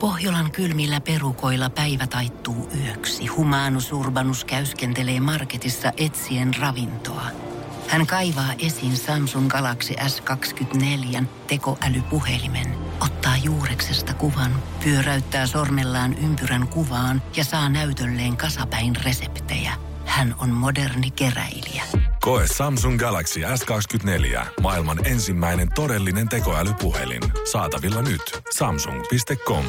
Pohjolan kylmillä perukoilla päivä taittuu yöksi. Humanus Urbanus käyskentelee marketissa etsien ravintoa. Hän kaivaa esiin Samsung Galaxy S24 tekoälypuhelimen, ottaa juureksesta kuvan, pyöräyttää sormellaan ympyrän kuvaan ja saa näytölleen kasapäin reseptejä. Hän on moderni keräilijä. Koe Samsung Galaxy S24. Maailman ensimmäinen todellinen tekoälypuhelin. Saatavilla nyt. Samsung.com.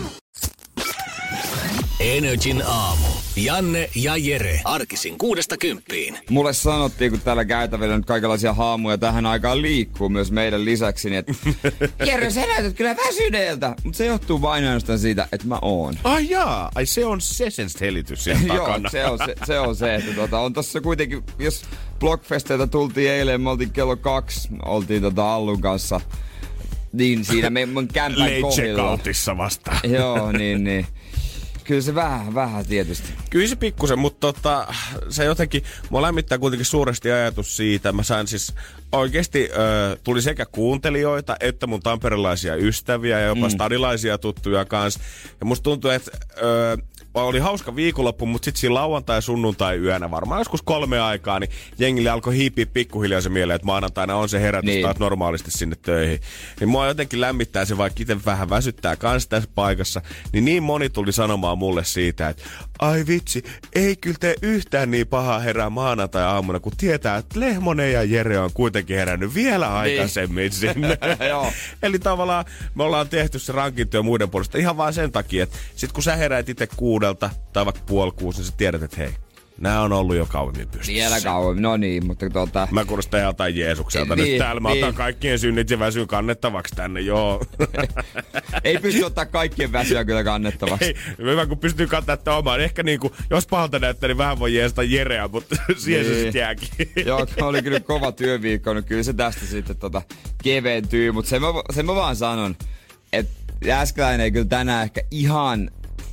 NRJ:n aamu. Janne ja Jere. Arkisin 6–10. Mulle sanottiin, kun täällä käytävillä nyt kaikenlaisia haamuja tähän aikaan liikkuu myös meidän lisäksi, niin että Jere, sä näytät kyllä väsyneeltä. Mutta se johtuu vain ainoastaan siitä, että mä oon. Ai jaa, ai se on se sen selitys siellä takana. Joo, se on se, että on tossa kuitenkin, jos Blockfesteilta tultiin eilen, me oltiin kello 2, oltiin Allun kanssa, niin siinä mun kämpän kohdilla. Leitse-kautissa vastaan. Joo, niin. Kyllä se vähän tietysti. Kyllä se pikkusen, mutta se jotenkin, mua lämmittää kuitenkin suuresti ajatus siitä. Mä sain siis oikeesti, tuli sekä kuuntelijoita, että mun tamperelaisia ystäviä ja jopa stadilaisia tuttuja kanssa. Ja musta tuntuu, että oli hauska viikonloppu, mutta sitten siinä lauantai- ja sunnuntai-yönä varmaan joskus 3 aikaa, niin jengille alkoi hiipiä pikkuhiljaa se mieleen, että maanantaina on se herätys taas normaalisti sinne töihin. Niin mua jotenkin lämmittää se, vaikka itse vähän väsyttää kans tässä paikassa, niin moni tuli sanomaan mulle siitä, että ai vitsi, ei kyllä tee yhtään niin pahaa herää maanantai-aamuna, kun tietää, että Lehmonen ja Jere on kuitenkin herännyt vielä aikaisemmin sinne. Eli tavallaan me ollaan tehty se rankintyö muiden puolesta ihan vaan sen takia, että sit kun sä heräät itse 6 tai vaikka 5:30, niin sä tiedät, että hei, nää on ollut jo kauemmin pystyssä. Vielä kauemmin, no niin, mutta Mä kuulostan jotain Jeesukselta nyt täällä. Mä otan kaikkien synnit ja väsyn kannettavaksi tänne, joo. Ei pysty ottaa kaikkien väsyä kyllä kannettavaksi. Ei, hyvä kun pystyy kantaa omaan. Ehkä niinku, jos pahalta näyttää, niin vähän voi jeesata Jereä, mutta siihen se sit jääkin. Joo, oli kyllä kova työviikko, no kyllä se tästä sitten keventyy, mutta sen mä vaan sanon, että Jääskeläinen ei kyllä tänään ehkä ihan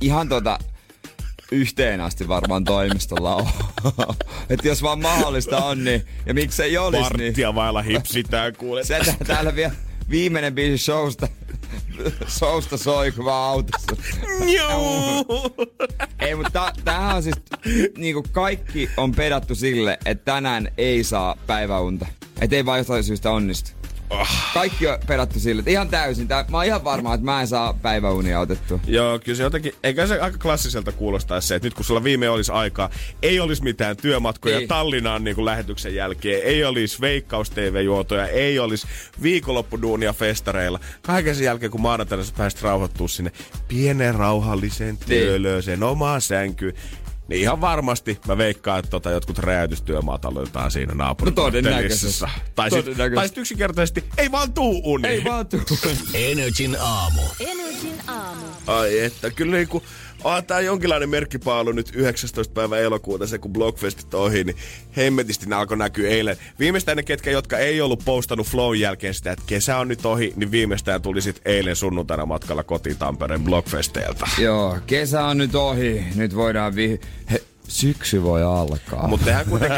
yhteen asti varmaan toimistolla on. Että jos vaan mahdollista on, niin ja miksei olisi, niin varttia vailla hipsitään kuule. Se täällä vielä viimeinen biisi showsta soi, kun vaan autossa. Ei, mutta tämähän on siis, niinku kaikki on pedattu sille, että tänään ei saa päiväunta. Että ei vaan jostain syystä onnistu. Kaikki on pedattu sille, että ihan täysin. Mä oon ihan varma, että mä en saa päiväunia otettua. Joo, kyllä se jotenkin, eikä se aika klassiselta kuulostaisi se, että nyt kun sulla viime olisi aikaa, ei olisi mitään työmatkoja Tallinnaan niin kuin lähetyksen jälkeen, ei olisi Veikkaus-TV-juotoja, ei olisi viikonloppuduunia festareilla. Kaiken sen jälkeen, kun maanantaina sä pääsit rauhoittua sinne pienen rauhallisen työlöseen omaan sänkyyn, niin ihan varmasti mä veikkaan, että jotkut räjäytystyömaat aloitetaan siinä naapurin korttelissa. Tai sit yksinkertaisesti ei vaan tuu uni. Ei vaan tuu. NRJ:n aamu. Ai että, kyllä niinku tää jonkinlainen merkkipaalu nyt 19. päivä elokuuta, se kun Blockfestit ohi, niin hemmetisti ne alkoi näkyä eilen. Viimeistään ne, jotka ei ollut postannut Flown jälkeen sitä, että kesä on nyt ohi, niin viimeistään tuli sit eilen sunnuntaina matkalla kotiin Tampereen Blockfesteilta. Joo, kesä on nyt ohi. Nyt voidaan syksy voi alkaa. Mutta tehdään kuitenkin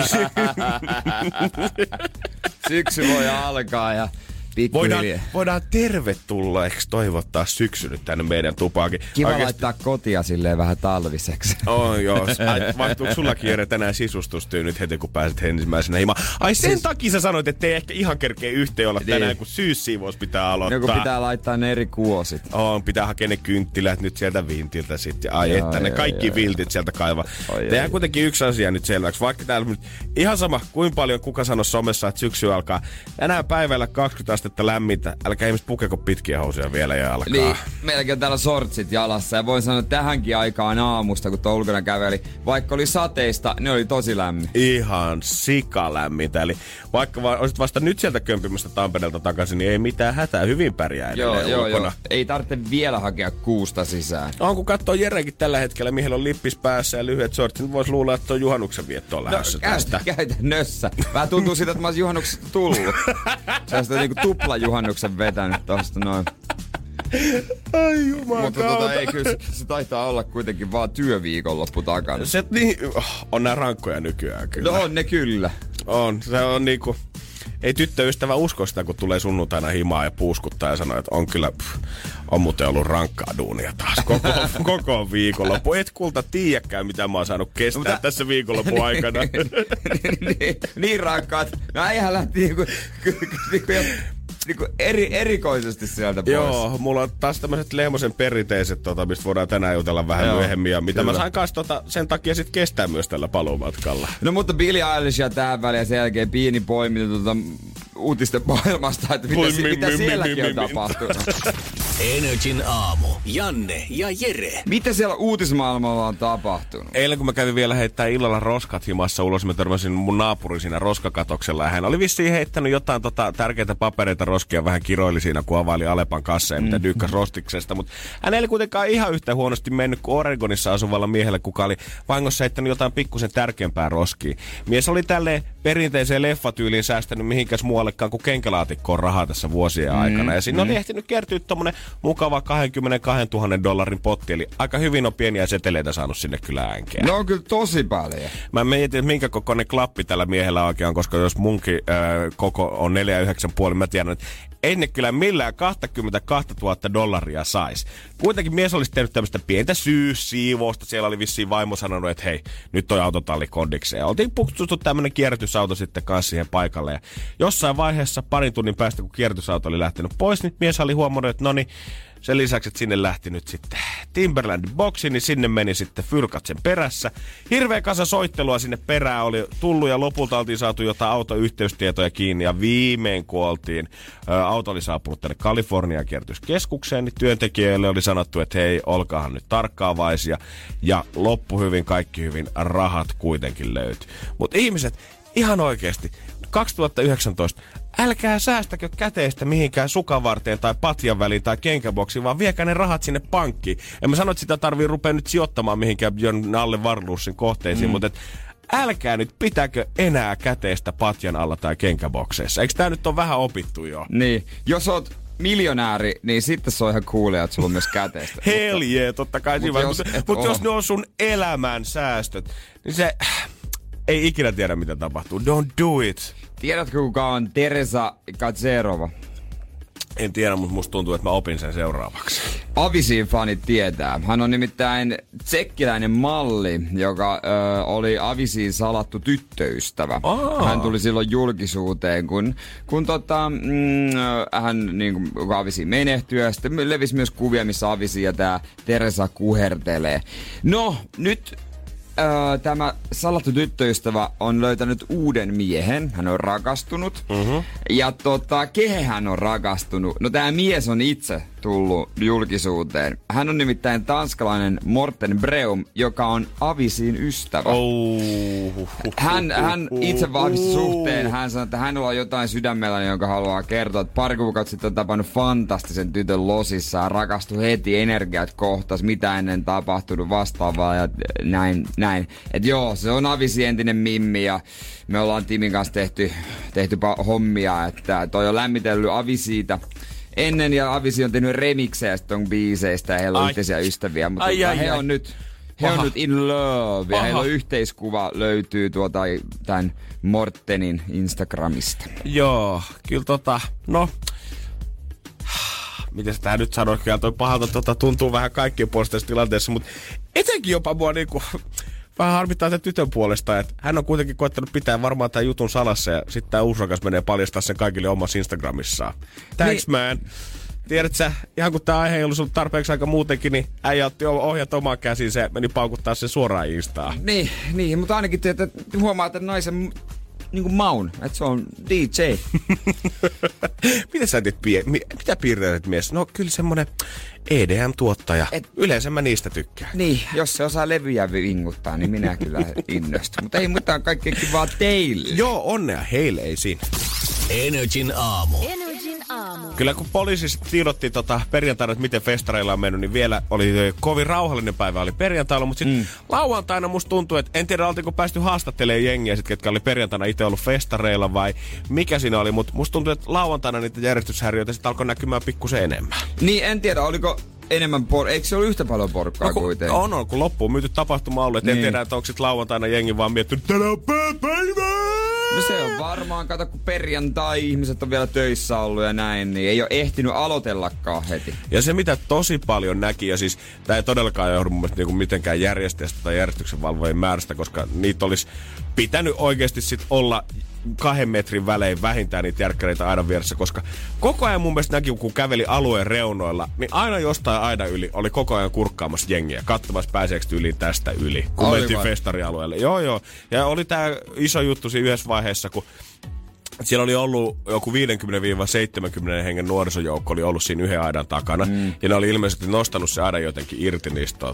syksy voi alkaa ja Voidaan tervetulleeksi toivottaa syksy nyt tänne meidän tupaakin. Kiva laittaa kotia silleen vähän talviseksi. Joo. Vaihtuuko sullakin Jere tänään sisustustyy heti kun pääset ensimmäisenä himaan? Ai sen takia sä sanoit, että ei ehkä ihan kerkeä yhteen olla tänään, kun syyssiivous pitää aloittaa. Joku pitää laittaa ne eri kuosit. Pitää hakea ne kynttilät nyt sieltä vintiltä sitten. Ne kaikki viltit sieltä kaivaa. Tehdään kuitenkin yksi asia nyt selväksi. Vaikka täällä nyt ihan sama, kuinka paljon kuka sanoi somessa, että syksy alkaa. Tänään päivällä 20 astetta lämmintä. Älkää ihmiset pukeko pitkiä housuja vielä ja alkaa. Niin, meilläkin on täällä sortsit jalassa ja voin sanoa, että tähänkin aikaan aamusta, kun tuo ulkona käveli, vaikka oli sateista, ne oli tosi lämmin. Ihan sikalämmintä. Eli vaikka olisit vasta nyt sieltä kömpimästä Tampereelta takaisin, niin ei mitään hätää. Hyvin pärjää edelleen ulkona. Ei tarvitse vielä hakea kuusta sisään. Kun katsoo Jerekin tällä hetkellä, mihin on lippis päässä ja lyhyet shortsit, niin voisi luulla, että on juhannuksen viettoon lähdössä tästä. Käytännössä. Vähän tuntuu siitä, että mä olisin juhannuksesta tullut. Sellaista niinku tupla juhannuksen vetänyt tosta noin. Ai jumakauta. Mutta ei kyllä, se taitaa olla kuitenkin vaan työviikonloppu takana. Se on nää rankkoja nykyään kyllä. No on ne kyllä. On, se on niinku ei tyttöystävä usko sitä, kun tulee sunnuntaina himaa ja puuskuttaa ja sanoo, että on kyllä, on muuten ollut rankkaa duunia taas koko viikonloppu. Et kulta tiedäkään, mitä mä oon saanut kestää tässä viikonlopun aikana. Niin rakkaat. No äijähän lähti erikoisesti sieltä pois. Joo, mulla on taas tämmöiset Lehmosen perinteiset, mistä voidaan tänään jutella vähän myöhemmin. Ja mitä mä sain kanssa sen takia sit kestää myös tällä paluumatkalla. No mutta Billie Eilish ja tähän väliin ja sen jälkeen pieni poiminta uutisten maailmasta, että mitä sielläkin on tapahtunut. Energin aamu. Janne ja Jere. Mitä siellä uutismaailmalla on tapahtunut? Eilen kun mä kävin vielä heittää illalla roskat himassa ulos, mä törmäsin mun naapuri siinä roskakatoksella. Ja hän oli vissiin heittänyt jotain tärkeitä papereita roskia, vähän kiroili siinä, kun availi Alepan kasseja, mitä dyykkäs rostiksesta. Mutta hän ei kuitenkaan ihan yhtä huonosti mennyt kuin Oregonissa asuvalla miehellä, kuka oli vahingossa heittänyt jotain pikkusen tärkeämpää roskia. Mies oli tälleen perinteiseen leffatyyliin säästänyt mihinkäs muuallekaan kuin kenkälaatikkoon rahaa tässä vuosien aikana. Ja siinä oli ehtinyt kertyä tommonen mukava $22,000 potti, eli aika hyvin on pieniä seteleitä saanut sinne kyllä äänkeä. No on kyllä tosi paljon. Mä mietin, että minkä kokoinen klappi tällä miehellä oikein on, koska jos munkin koko on 4,9,5, mä tiedän, että ei ne kyllä millään $22,000 sais. Kuitenkin mies olisi tehnyt tämmöistä pientä syyssiivousta. Siellä oli vissiin vaimo sanonut, että hei, nyt toi autotalli kondikseen. Ja oltiin puksuttu tämmönen kierrätysauto sitten kanssa siihen paikalle. Ja jossain vaiheessa parin tunnin päästä, kun kierrätysauto oli lähtenyt pois, niin mies oli huomannut, että noni, sen lisäksi, että sinne lähti nyt sitten Timberlandin boksi, niin sinne meni sitten fyrkat sen perässä. Hirveä kasa soittelua sinne perään oli tullut ja lopulta oltiin saatu jotain autoyhteystietoja kiinni. Ja viimein kun auto oli saapunut tänne Kalifornian kierrätyskeskukseen, niin työntekijöille oli sanottu, että hei, olkaahan nyt tarkkaavaisia. Ja loppu hyvin, kaikki hyvin, rahat kuitenkin löytyi. Mutta ihmiset, ihan oikeasti, 2019, älkää säästäkö käteistä mihinkään sukavarteen tai patjan väliin tai kenkäboksiin, vaan viekää ne rahat sinne pankkiin. En mä sano, että sitä tarvii rupea nyt sijoittamaan mihinkään alle Warlussin kohteisiin, mutta älkää nyt pitäkö enää käteistä patjan alla tai kenkäbokseissa. Eikö tää nyt ole vähän opittu jo? Niin, jos oot miljonääri, niin sitten se on ihan coolia, että sulla on myös käteistä. Hell yeah, totta kai. Mutta jos ne on sun elämän säästöt, niin se ei ikinä tiedä, mitä tapahtuu. Don't do it. Tiedätkö, kuka on Teresa Kadzerova? En tiedä, mutta musta tuntuu, että mä opin sen seuraavaksi. Avicin fanit tietää. Hän on nimittäin tsekkiläinen malli, joka oli Avicin salattu tyttöystävä. Hän tuli silloin julkisuuteen, kun hän niin kuin Avicin menehtyi, ja sitten levisi myös kuvia, missä Avicin ja tää Teresa kuhertelee. No, nyt tämä salattu tyttöystävä on löytänyt uuden miehen. Hän on rakastunut. Ja kehen hän on rakastunut? No tää mies on itse tullut julkisuuteen. Hän on nimittäin tanskalainen Morten Breum, joka on Avicin ystävä. Hän itse vahvisti suhteen. Hän sanoi, että hänellä on jotain sydämellä, jonka haluaa kertoa. Että pari kuukautta sitten on tapannut fantastisen tytön losissa ja rakastui heti, energiat kohtas, mitä ennen tapahtunut vastaavaa ja näin. Et joo, se on Avicin entinen mimmi ja me ollaan Timin kanssa tehty hommia, että toi on lämmitellyt Avicita ennen ja Avici on tehnyt remiksejä ton biiseistä ja heillä on yhteisiä ystäviä, mutta he on nyt in love ja heillä on yhteiskuva löytyy tän Mortenin Instagramista. Joo, kyllä miten tää nyt sanoo, kyllä toi pahalta tuntuu vähän kaikkien puolesta tässä tilanteessa, mutta etenkin jopa mua niinku vähän harmittaa sen tytön puolesta, että hän on kuitenkin koettanut pitää varmaan tämän jutun salassa ja sitten tää uusrakas menee paljastaa sen kaikille omassa Instagramissaan. Thanks man. Tiedät sä, ihan kun tää aihe ei ollut tarpeeksi aika muutenkin, niin äijä otti ohjat omaan käsiin, se meni paukuttaa sen suoraan Instaan. Niin, mutta ainakin huomaa, että naisen niinku maun, että se on DJ. Mitä sä teet mitä piirteet mies? No kyllä semmonen EDM-tuottaja. Yleensä mä niistä tykkään. Niin, jos se osaa levyjä vinguttaa, niin minä kyllä innostun. Mutta ei mitään kaikkea kivaa teille. Joo, onnea heille, ei siinä. Energin aamu. Kyllä kun poliisi tiedotti perjantaina, että miten festareilla on mennyt, niin vielä oli kovin rauhallinen päivä oli perjantaina, mutta sitten lauantaina musta tuntuu, että en tiedä oltiinko päästy haastattelemaan jengiä, ketkä oli perjantaina itse ollut festareilla vai mikä siinä oli, mutta musta tuntuu, että lauantaina niitä järjestyshäiriöitä sitten alkoi näkymään pikkusen enemmän. Niin, en tiedä, oliko enemmän eikö se ollut yhtä paljon porukkaa kuitenkin? Kun loppuun myyty tapahtuma ollut, että en tiedä, että onko sitten lauantaina jengi vaan miettinyt, tänään päivää! No se on varmaan, kato kun perjantai ihmiset on vielä töissä ollut ja näin, niin ei ole ehtinyt aloitellakaan heti. Ja se mitä tosi paljon näki, ja siis tää ei todellakaan johdu mun mielestä niinku mitenkään järjestäjästä tai järjestyksenvalvojien määrästä, koska niitä olisi pitänyt oikeasti sit olla 2 metrin välein vähintään niitä järkkäreitä aidan vieressä, koska koko ajan mun mielestä näki, kun käveli alueen reunoilla, niin aina jostain aidan yli oli koko ajan kurkkaamassa jengiä, katsomassa pääseekö yli tästä yli, kun mentiin festarialueelle. Joo. Ja oli tää iso juttu siinä yhdessä vaiheessa, kun siellä oli ollut joku 50-70 hengen nuorisojoukko oli ollut siinä yhden aidan takana. Ja ne oli ilmeisesti nostanut se aidan jotenkin irti niistä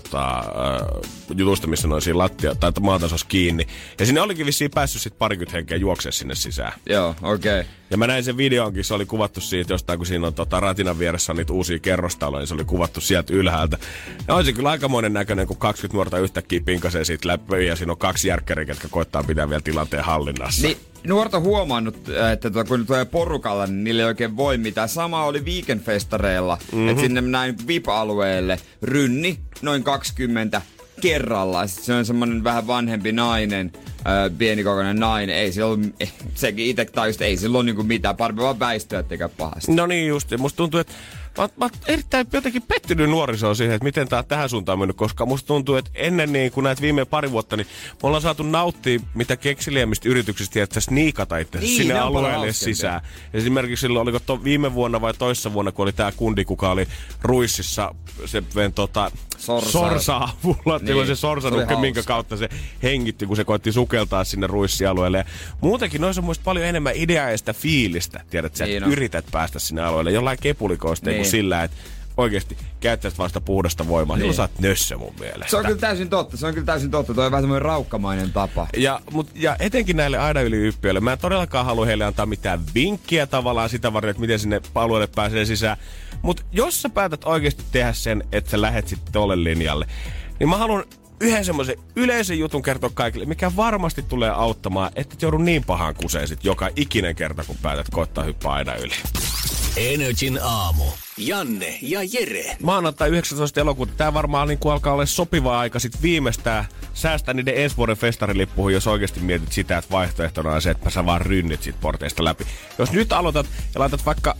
jutusta, missä ne oli siinä lattia tai maatasossa kiinni. Ja sinne olikin vissiin päässyt sit 20 henkeä juoksee sinne sisään. Joo, okei. Okay. Ja mä näin sen videonkin, se oli kuvattu siitä jostain, kun siinä on ratinan vieressä on niitä uusia kerrostaloja, niin se oli kuvattu sieltä ylhäältä. Ja on se kyllä aikamoinen näköinen, kun 20 nuorta yhtäkkiä pinkasee siitä läpi ja siinä on 2 järkkäriä, jotka koittaa pitää vielä tilanteen hallinnassa. Niin, nuorta huomannut, että kun tulee porukalla, niin niille ei oikein voi mitään. Sama oli Weekendfestareilla, että sinne näin VIP-alueelle rynni noin 20 kerrallaan. Sitten se on semmonen vähän vanhempi nainen, pienikokoinen nainen. Ei sillä ollut, sekin itse tajusti, ei sillä ole niinku mitään. Parempi vaan väistyä, ettekä pahasti. No niin just. Musta tuntuu, että mä oon erittäin jotenkin pettynyt nuorisoon siihen, että miten tää tähän suuntaan mennyt, koska musta tuntuu, että ennen niin kuin näitä viime pari vuotta, niin me ollaan saatu nauttia mitä kekseliämmistä yrityksistä, että sniikata itse sinne alueelle sisään. Esimerkiksi silloin, oliko viime vuonna vai toissa vuonna, kun oli tää kundi, kuka oli Ruississa se sorsa-avulla, niin. Se sorsanukke, minkä kautta se hengitti, kun se koitti sukeltaa sinne Ruissi-alueelle. Ja muutenkin noissa on muista paljon enemmän ideaa ja sitä fiilistä, tiedät sä, että yrität päästä sinne alueelle jollain kepulikoista kuin sillä, että oikeesti käyttäisit vaan sitä puhdasta voimaa. Silloin sä oot nössö mun mielestä. Se on kyllä täysin totta. Toi on vähän semmoinen raukkamainen tapa. Ja etenkin näille aidan yli-yppiöille. Mä en todellakaan halua heille antaa mitään vinkkiä tavallaan sitä varten, että miten sinne alueelle pääsee sisään. Mut jos sä päätät oikeesti tehdä sen, että sä lähet sitten tolle linjalle, niin mä haluan yhden semmoisen yleisen jutun kertoa kaikille, mikä varmasti tulee auttamaan, että et joudu niin pahaan kuseen sit joka ikinen kerta, kun päätät koittaa hyppää aidan yli. NRJ:n aamu. Janne ja Jere. Maanantai 19. elokuuta. Tää varmaan niin kuin alkaa olla sopiva aika sit viimeistään säästää niiden ensi vuoden festarilippuihin, jos oikeasti mietit sitä, että vaihtoehtona on se, että sä vaan rynnit sit porteista läpi. Jos nyt aloitat ja laitat vaikka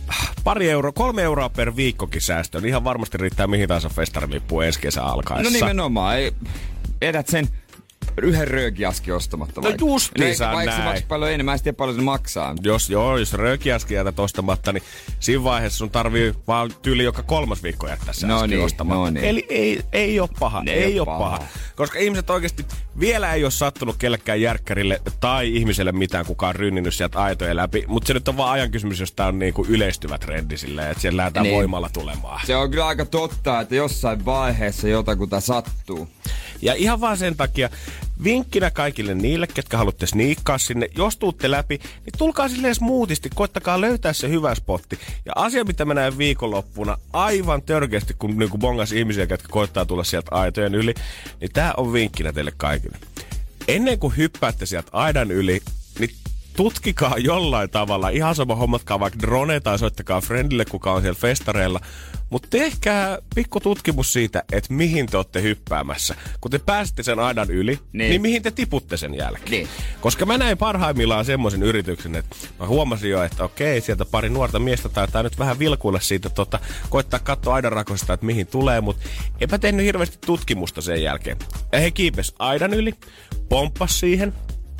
3 euroa per viikkokin säästöön, niin ihan varmasti riittää mihin tahansa festarilippuun ensi kesä alkaessa. No nimenomaan. Edät sen yhden röökiaski ostamatta vaikka. No justiinsa näin. Vaikka se maksaa paljon enemmän, mä en tiedä paljon se maksaa. Jos röökiaski jätät ostamatta, niin siinä vaiheessa sun tarvii vaan tyyli joka 3. viikko jättää se ostamatta. No niin. Eli ei oo paha. Ei oo paha. Koska ihmiset oikeesti vielä ei oo sattunut kellekään järkkärille tai ihmiselle mitään, kukaan on rynninyt sieltä aitojen läpi. Mutta se nyt on vaan ajan kysymys, jos tää on niinku yleistyvä trendi silleen, että siellä lähdetään voimalla tulemaan. Se on kyllä aika totta, että jossain vaiheessa jotakuta sattuu. Ja ihan vaan sen takia, vinkkinä kaikille niille, ketkä haluatte sniikkaa sinne, jos tuutte läpi, niin tulkaa silleen smoothisti, koittakaa löytää se hyvä spotti. Ja asia, mitä mä näen viikonloppuna aivan törkeästi, kun niinku bongas ihmisiä, ketkä koittaa tulla sieltä aitojen yli, niin tää on vinkkinä teille kaikille. Ennen kuin hyppäätte sieltä aidan yli, niin tutkikaa jollain tavalla, ihan sama hommatkaa vaikka drone tai soittakaa friendille, kuka on siellä festareilla, mutta tehkää pikku tutkimus siitä, että mihin te olette hyppäämässä. Kun te pääsette sen aidan yli, niin mihin te tiputte sen jälkeen. Niin. Koska mä näin parhaimmillaan semmoisen yrityksen, että mä huomasin jo, että okei, sieltä pari nuorta miestä taitaa nyt vähän vilkuilla siitä, koittaa katsoa aidan rakosta, että mihin tulee, mutta eipä tehnyt hirveästi tutkimusta sen jälkeen. Ja he kiipes aidan yli, pomppas siihen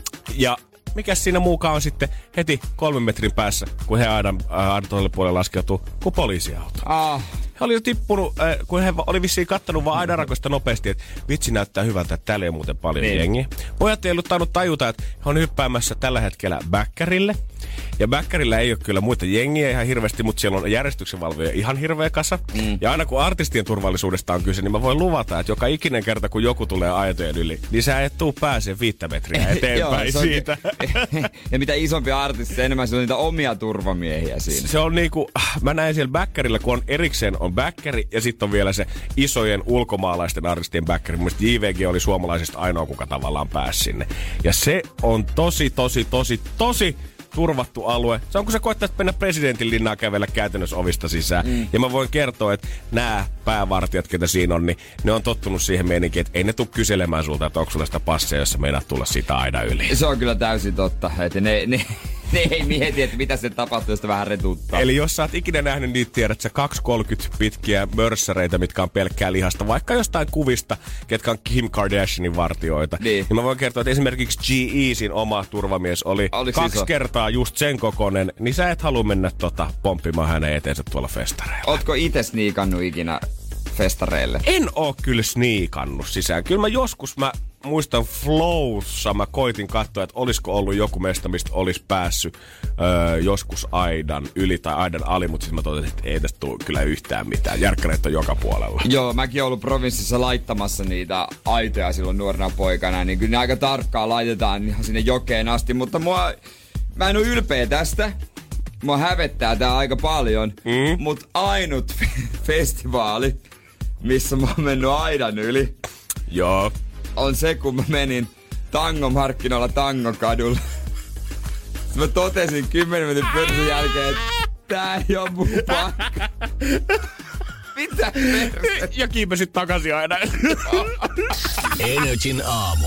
ja mikäs siinä muukaan on sitten heti 3 metrin päässä, kun he aidan toiselle puolelle laskeutuu, kuin poliisiauto. He oli jo tippunut, kun he oli vissiin kattanut vaan aidanrakoista nopeasti, että vitsi näyttää hyvältä, että täällä ei muuten paljon jengiä. Pojat ei ollut tainnut tajuta, että he on hyppäämässä tällä hetkellä bäkkärille. Ja bäkkärillä ei ole kyllä muita jengiä ihan hirveästi, mutta siellä on järjestyksenvalvoja ihan hirveä kasa. Ja aina kun artistien turvallisuudesta on kyse, niin mä voin luvata, että joka ikinen kerta kun joku tulee aitojen yli, niin sä et tuu pääsee 5 metriä eteenpäin siitä. Ja mitä isompia artisteja, enemmän se on niitä omia turvamiehiä siinä. Se on niinku, mä näin siellä bäkkärillä, kun on erikseen on bäkkäri ja sitten on vielä se isojen ulkomaalaisten artistien bäkkäri. Mun mielestä JVG oli suomalaisista ainoa, kuka tavallaan pääsi sinne. Ja se on tosi turvattu alue. Se on, kun sä koettaisit mennä presidentin linnaan kävellä käytännössä ovista sisään. Ja mä voin kertoa, että nämä päävartijat, ketä siinä on, niin ne on tottunut siihen meininkiin, että ei ne tule kyselemään sulta, että onko sulla sitä passia, jos sä meinaat tulla sitä aina yli. Se on kyllä täysin totta, että ne ei mieti, että mitä se tapahtuu, jos sitä vähän retuuttaa. Eli jos sä oot ikinä nähnyt niitä, tiedät sä 2,30 pitkiä mörssäreitä, mitkä on pelkkää lihasta, vaikka jostain kuvista, ketkä on Kim Kardashianin vartioita. Niin mä voin kertoa, että esimerkiksi G-Eazyn oma turvamies oli 2 kertaa just sen kokoinen, niin sä et halua mennä pomppimaan hänen eteensä tuolla festareilla. Ootko ite sniikannut ikinä festareille? En oo kyllä sniikannut sisään. Kyllä mä muistan Flowssa, mä koitin katsoa, että olisiko ollut joku mesta, mistä olisi päässyt joskus aidan yli tai aidan ali, mutta sitten mä totesin, että ei tästä tule kyllä yhtään mitään. Järkkäreitä on joka puolella. Joo, mäkin oon ollut provinssissa laittamassa niitä aitoja silloin nuorena poikana, niin kyllä ne aika tarkkaan laitetaan ihan sinne jokeen asti, mutta mä en oo ylpeä tästä. Mua hävettää tää aika paljon, mutta ainut festivaali, missä mä oon mennyt aidan yli, joo, on se, kun mä menin tangomarkkinoilla Tangokadulla. Mä totesin 10 minuutin pörsyn jälkeen, että tää ei oo mun paikka. Mitä perse? Ja kiipesit takaisin aina. Energin aamu.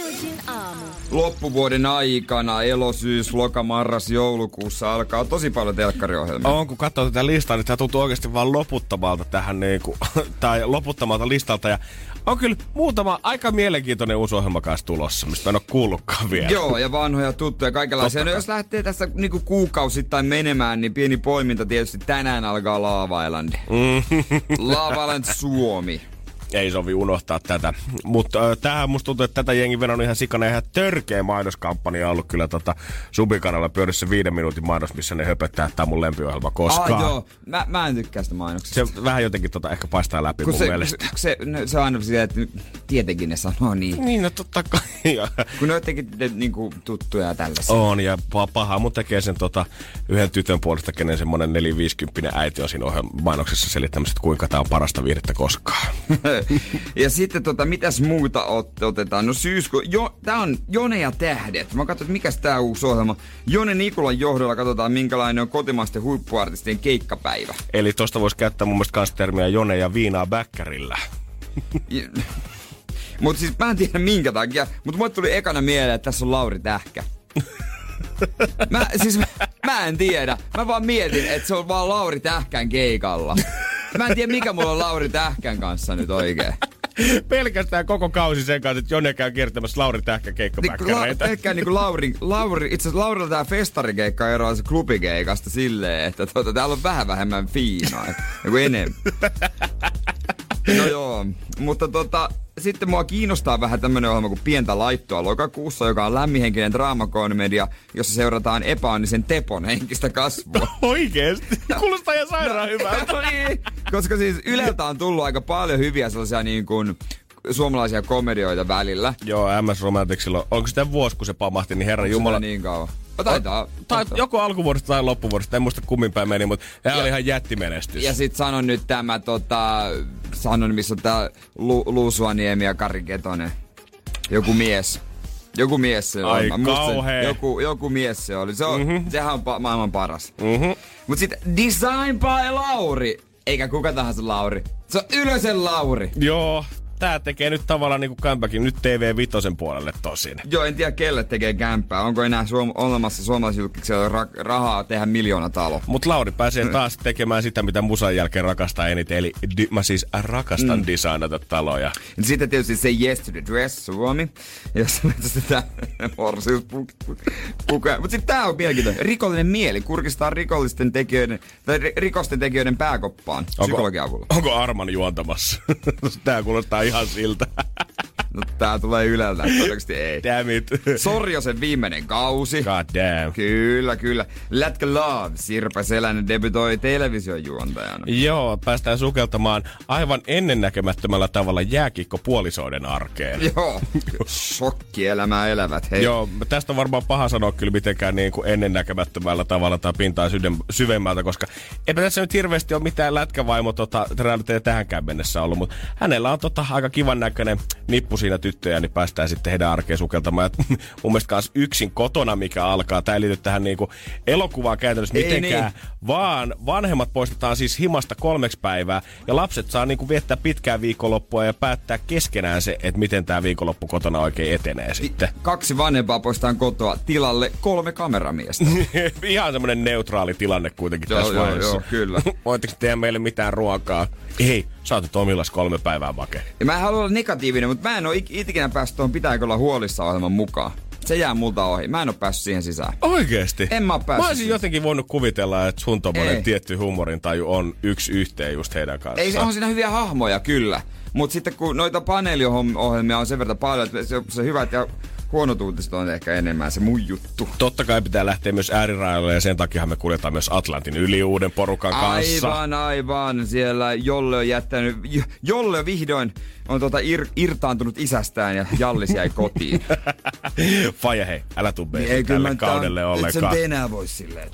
Loppuvuoden aikana, elosyys, loka, marras, joulukuussa alkaa tosi paljon telkkariohjelmia. On, kun katsoo tätä listaa, niin tää tuntuu oikeasti vaan loputtamalta tähän tai loputtamalta listalta. Ja on kyllä muutama aika mielenkiintoinen uusi ohjelma kanssa tulossa, mistä en ole kuullutkaan vielä. Joo, ja vanhoja tuttuja kaikenlaisia. No, jos lähtee tässä niinku kuukausittain menemään, niin pieni poiminta tietysti tänään alkaa Love Island. Love Island Suomi. Ei sovi unohtaa tätä. Mutta tämähän musta tuntuu, että tätä jengi venon ihan sikana ihan törkeä mainoskampanja on ollut kyllä Subikanalla pyörissä 5 minuutin mainos, missä ne höpöttää, että tämä on mun lempiohjelma koskaan. Joo, mä en tykkää sitä mainoksesta. Se vähän jotenkin ehkä paistaa läpi mun mielestä. Se on aina sitä, että tietenkin ne sanoo niin. Niin, no totta kai. Kun ne on jotenkin niinku tuttuja tällaisia. On, ja pahaa mun tekee sen yhden tytön puolesta, kenen semmonen 4-50 äiti on siinä mainoksessa selittämässä, että kuinka tää on parasta viihdettä koskaan. Ja sitten mitäs muuta otetaan? No tää on Jone ja tähdet. Mä katson, että mikäs tää uusi ohjelma. Jone Nikulan johdolla katsotaan, minkälainen on kotimaisten huippuartistien keikkapäivä. Eli tosta voisi käyttää mun mielestä kans termiä Jone ja viinaa bäkkärillä. Mutta siis mä en tiedä minkä takia, mutta mulle tuli ekana mieleen, että tässä on Lauri Tähkä. Mä en tiedä. Mä vaan mietin, että se on vaan Lauri Tähkän keikalla. Mä en tiedä, mikä mulla on Lauri Tähkän kanssa nyt oikein. Pelkästään koko kausi sen kanssa, että Jone käy kiertämässä Lauri Tähkän keikkapäkkäreitä. Ehkä niin kuin Lauri, itse asiassa Laurilla tää festarikeikka eroaa se klubikeikasta silleen, että täällä on vähän vähemmän fiinoa, joku enemmän. No joo, mutta sitten mua kiinnostaa vähän tämmönen ohjelma kuin Pientä laittoa lokakuussa, joka on lämminhenkinen draamakomedia, jossa seurataan epäonnisen Tepon henkistä kasvua. Oikeesti? Kuulostaa ihan sairaan hyvältä. No niin, koska siis Yleltä on tullut aika paljon hyviä sellaisia niin kuin suomalaisia komedioita välillä. Joo, MS Romanticsilla. Onko sitä vuosi, kun se pamahti, niin herran jumala. niin kauan? Tai joko alkuvuodesta tai loppuvuodesta, en muista kummin päin meni, mutta hän oli ihan jättimenestys. Ja sit sanon nyt tämä, missä on tää Luusuaniemi ja Kari Ketonen. Joku mies se on. Ai kauhea. Joku mies se oli. Sehän on maailman paras. Mut sit Design by Lauri. Eikä kuka tahansa Lauri. Se on Ylösen Lauri. Joo. Tää tekee nyt tavallaan niinku comebackin nyt TV5 puolelle tosin. Joo, en tiedä kelle tekee kämppää. Onko enää olemassa suomalaisjulkiksella rahaa tehdä 1 talo. Mut Lauri pääsee taas tekemään sitä, mitä musan jälkeen rakastaa eniten. Eli mä siis rakastan designata taloja. Sitten tietysti se Yes to the Dress Suomi, jossa sitä morsiuspukuja. Mut sit tää on mielenkiintoinen. Rikollinen mieli kurkistaa rikosten tekijöiden pääkoppaan psykologian avulla. Onko Arman juontamassa? Tää kuulostaa ihan siltä. No tää tulee Yleltä, todennäköisesti ei. Damn it. Sorjosen viimeinen kausi. God damn. Kyllä. Lätkä Love. Sirpa Selänen debytoi televisiojuontajana. Joo, päästään sukeltamaan aivan ennennäkemättömällä tavalla jääkiekkopuolisoiden arkeen. Joo, shokkielämää elävät. Hei. Joo, tästä on varmaan paha sanoa kyllä mitenkään niin kuin ennennäkemättömällä tavalla tai pintaa syvemmältä, koska eipä tässä nyt hirveästi ole mitään lätkävaimo tähänkään mennessä ollut, mutta hänellä on aika kivan näköinen nippu siinä tyttöjä, niin päästään sitten heidän arkeen sukeltamaan. Ja mun mielestä kans yksin kotona, mikä alkaa. Tää ei liity tähän niinku elokuvaan käytännössä mitenkään, vaan vanhemmat poistetaan siis himasta 3 päivää. Ja lapset saa niinku viettää pitkää viikonloppua ja päättää keskenään se, että miten tää viikonloppu kotona oikein etenee sitten. 2 vanhempaa poistetaan kotoa, tilalle 3 kameramiestä. Ihan semmonen neutraali tilanne kuitenkin tässä vaiheessa. Joo, kyllä. Voitteko tehdä meille mitään ruokaa? Ei, sä oot Tomillas 3 päivää make. Ja mä en halua olla negatiivinen, mutta mä en oo ikinä päässyt tuohon pitääkö olla huolissa ohjelman mukaan. Se jää multa ohi. Mä en oo päässyt siihen sisään. Oikeesti? En mä oo päässyt. Mä olisin jotenkin voinut kuvitella, että sun tommonen tietty humorintaju on yksi yhteen just heidän kanssaan. Ei, se on siinä hyviä hahmoja kyllä. Mut sitten kun noita paneeliohjelmia on sen verran paljon, että se hyvät ja huonot uutiset on ehkä enemmän se mun juttu. Totta kai pitää lähteä myös äärirajoille ja sen takia me kuljetaan myös Atlantin yli uuden porukan kanssa. Aivan. Siellä Jolle vihdoin on irtaantunut isästään ja Jallis jäi kotiin. Faija, hei, älä tuu beisiin tälle kaudelle ollenkaan. Et sen enää vois silleen.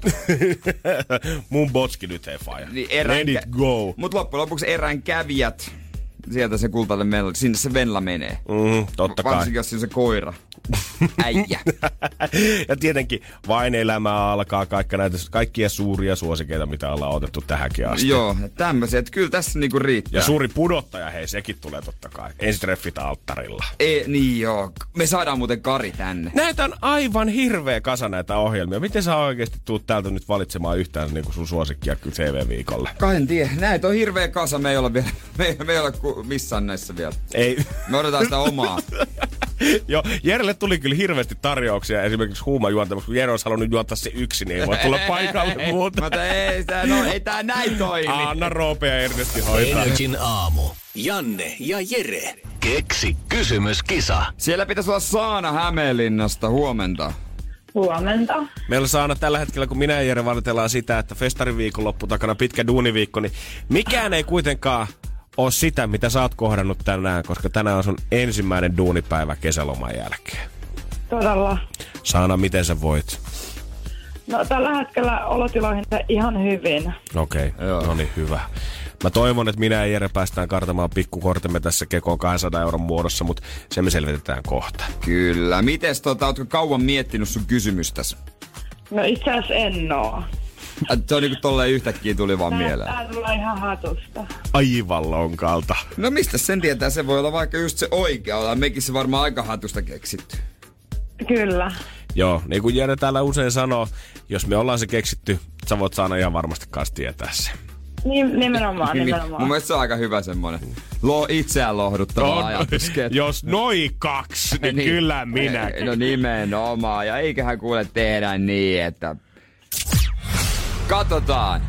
Mun botski nyt, hei Faija. Niin let it go. Mut loppujen lopuksi erään kävijät. Sieltä se kultainen Venla, sinne se Venla menee. Totta kai. Varsinkin jos se on se koira. Äijä. Ja tietenkin vain elämää alkaa kaikkia suuria suosikeita, mitä ollaan otettu tähänkin asti. Joo, tämmöisiä, että kyllä tässä niinku riittää. Ja suuri pudottaja, hei, sekin tulee totta kai. Ensitreffit alttarilla. Niin joo. Me saadaan muuten Kari tänne. Näitä on aivan hirveä kasa näitä ohjelmia. Miten sä oikeesti tuut täältä nyt valitsemaan yhtään niinku sun suosikkia TV-viikolle? En tiedä. Näitä on hirveä kasa. Me ei olla vielä, me ei olla missään näissä vielä. Ei. Me odotetaan sitä omaa. Joo, Jerelle tuli kyllä hirveästi tarjouksia esimerkiksi huumajuontamuksi. Kun Jere olisi halunnut juontaa se yksin, niin ei voi tulla paikalle muuta. Mutta ei tää näin toimi. Anna Roope ja Ernesti hoitaa. Energin aamu. Janne ja Jere. Keksi kysymyskisa. Siellä pitäisi olla Saana Hämeenlinnasta. Huomenta. Huomenta. Meillä Saana tällä hetkellä, kun minä ja Jere valitellaan sitä, että festariviikonloppu takana pitkä duuniviikko, niin mikään ei kuitenkaan ole sitä, mitä sä oot kohdannut tänään, koska tänään on sun ensimmäinen duunipäivä kesäloman jälkeen. Todella. Saana, miten sä voit? No tällä hetkellä olotiloihin ihan hyvin. Okei, no niin, hyvä. Mä toivon, että minä ja Jere päästään kartamaan pikkukortemme tässä kekoon 200 euron muodossa, mutta se me selvitetään kohta. Kyllä. Mites ootko kauan miettinyt sun kysymystäsi? No itse asiassa en oo. Se on niinku tolleen yhtäkkiä tuli vaan mieleen. Tää tulee ihan hatusta. Aivan lonkalta. No mistä sen tietää? Se voi olla vaikka just se oikea. Ollaan mekin se varmaan aika hatusta keksitty. Kyllä. Joo, niin kuin Jere täällä usein sanoo, jos me ollaan se keksitty, sä voit Saana ihan varmasti kanssa tietää sen. Nimenomaan. Mun mielestä se on aika hyvä semmonen itseään lohduttava ajatus. Jos noi 2, niin kyllä minäkin. No nimenomaan. Ja eiköhän kuule tehdä niin, että katsotaan,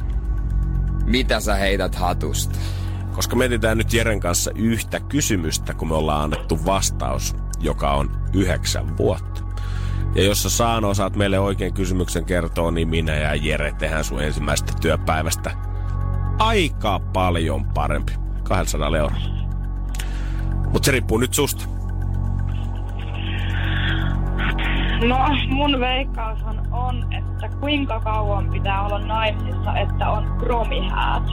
mitä sä heität hatusta. Koska mietitään nyt Jeren kanssa yhtä kysymystä, kun me ollaan annettu vastaus, joka on 9 vuotta. Ja jos sä Saana osaat meille oikein kysymyksen kertoa, niin minä ja Jere tehdään sun ensimmäisestä työpäivästä aika paljon parempi. 200 euroa. Mut se riippuu nyt susta. No mun veikkaushan on, että kuinka kauan pitää olla naimisissa, että on kromihäät.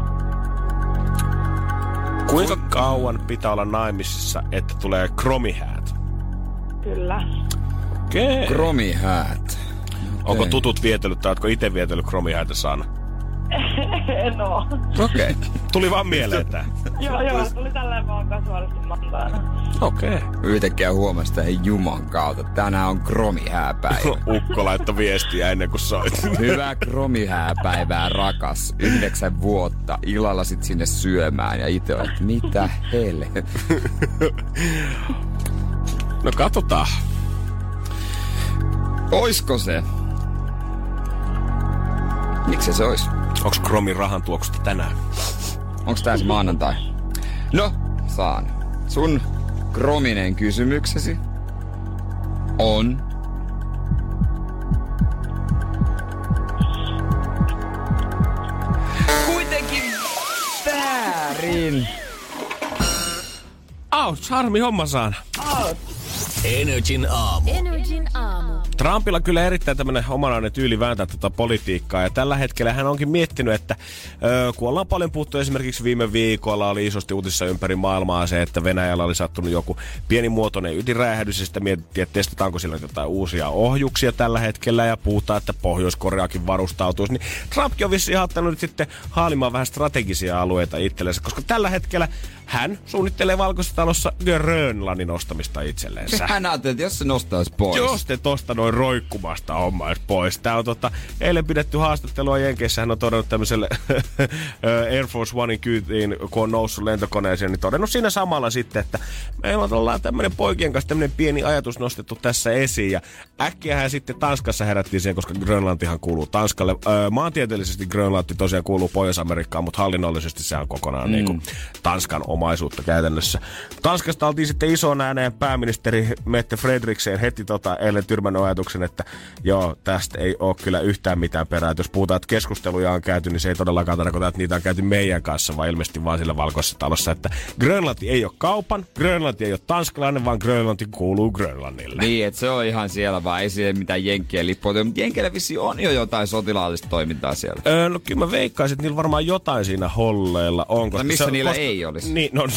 Kuinka kauan pitää olla naimisissa, että tulee kromihäät? Kyllä. Okei. Kromihäät. Onko tutut vietellyt tai ootko itse vietellyt kromihäitä, Saana? No. Okei. Tuli vaan mieleen tää. Joo, tuli tälleen vaan kasuaalisti maantaina. Okei. Yhtäkkiä huomasi, että ei juman kautta. Tänään on kromihääpäivä. Ukko laittoi viestiä ennen kuin soit. Hyvää kromihääpäivää, rakas. 9 vuotta. Illalla sit sinne syömään ja itse olet, mitä helle. No katsotaan. Oisko se? Miksi se ois? Onks kromin rahan tuoksusta tänään? Onks tää se maanantai? No, Saan. Sun krominen kysymyksesi on... kuitenkin väärin. Harmi homma, Saana. Energin aamu. Trumpilla kyllä erittäin tämmönen omalainen tyyli vääntää politiikkaa. Ja tällä hetkellä hän onkin miettinyt, että kun ollaan paljon puhuttu esimerkiksi viime viikolla, oli isosti uutisissa ympäri maailmaa se, että Venäjällä oli sattunut joku pienimuotoinen ydinräjähdys. Ja sitten mietittiin, että testataanko sillä jotain uusia ohjuksia tällä hetkellä. Ja puhutaan, että Pohjois-Koreakin varustautuisi. Niin Trumpkin on vissiin ottanut nyt sitten haalimaan vähän strategisia alueita itsellensä. Koska tällä hetkellä hän suunnittelee Valkoisessa talossa Grönlannin nostamista itselleensä. Hän ajattelee, että jos se nostaisi pois. Jos te tosta noin roikkumasta hommais pois. Tää on eilen pidetty haastattelua Jenkeissä. Hän on todennut tämmöiselle Air Force Onein kyytiin, kun on noussut lentokoneeseen, niin todennut siinä samalla sitten, että me ollaan tämmönen poikien kanssa tämmönen pieni ajatus nostettu tässä esiin. Ja äkkiä hän sitten Tanskassa herättiin siihen, koska Grönlantihan kuuluu Tanskalle. Maantieteellisesti Grönlanti tosiaan kuuluu Pohjois-Amerikkaan, mutta hallinnollisesti se on kokonaan niin kuin Tanskan omaisuutta käytännössä. Tanskasta oltiin sitten ison ääneen pääministeri Mette Frederiksen heti eilen tyrmännyt ajatuksen, että joo, tästä ei ole kyllä yhtään mitään perää. Et jos puhutaan, että keskusteluja on käyty, niin se ei todellakaan tarkoita, että niitä on käyty meidän kanssa, vaan ilmeisesti vaan sillä Valkoisessa talossa, että Grönlanti ei ole kaupan, Grönlanti ei ole tanskalainen, vaan Grönlanti kuuluu Grönlannille. Niin, että se on ihan siellä vaan, ei siellä mitään jenkkien lippuja, mutta jenkeillä vissiin on jo jotain sotilaallista toimintaa siellä. No kyllä mä veikkaisin, että niillä varmaan jotain siinä holleilla on. Koska missä niillä ei olisi? Niin, no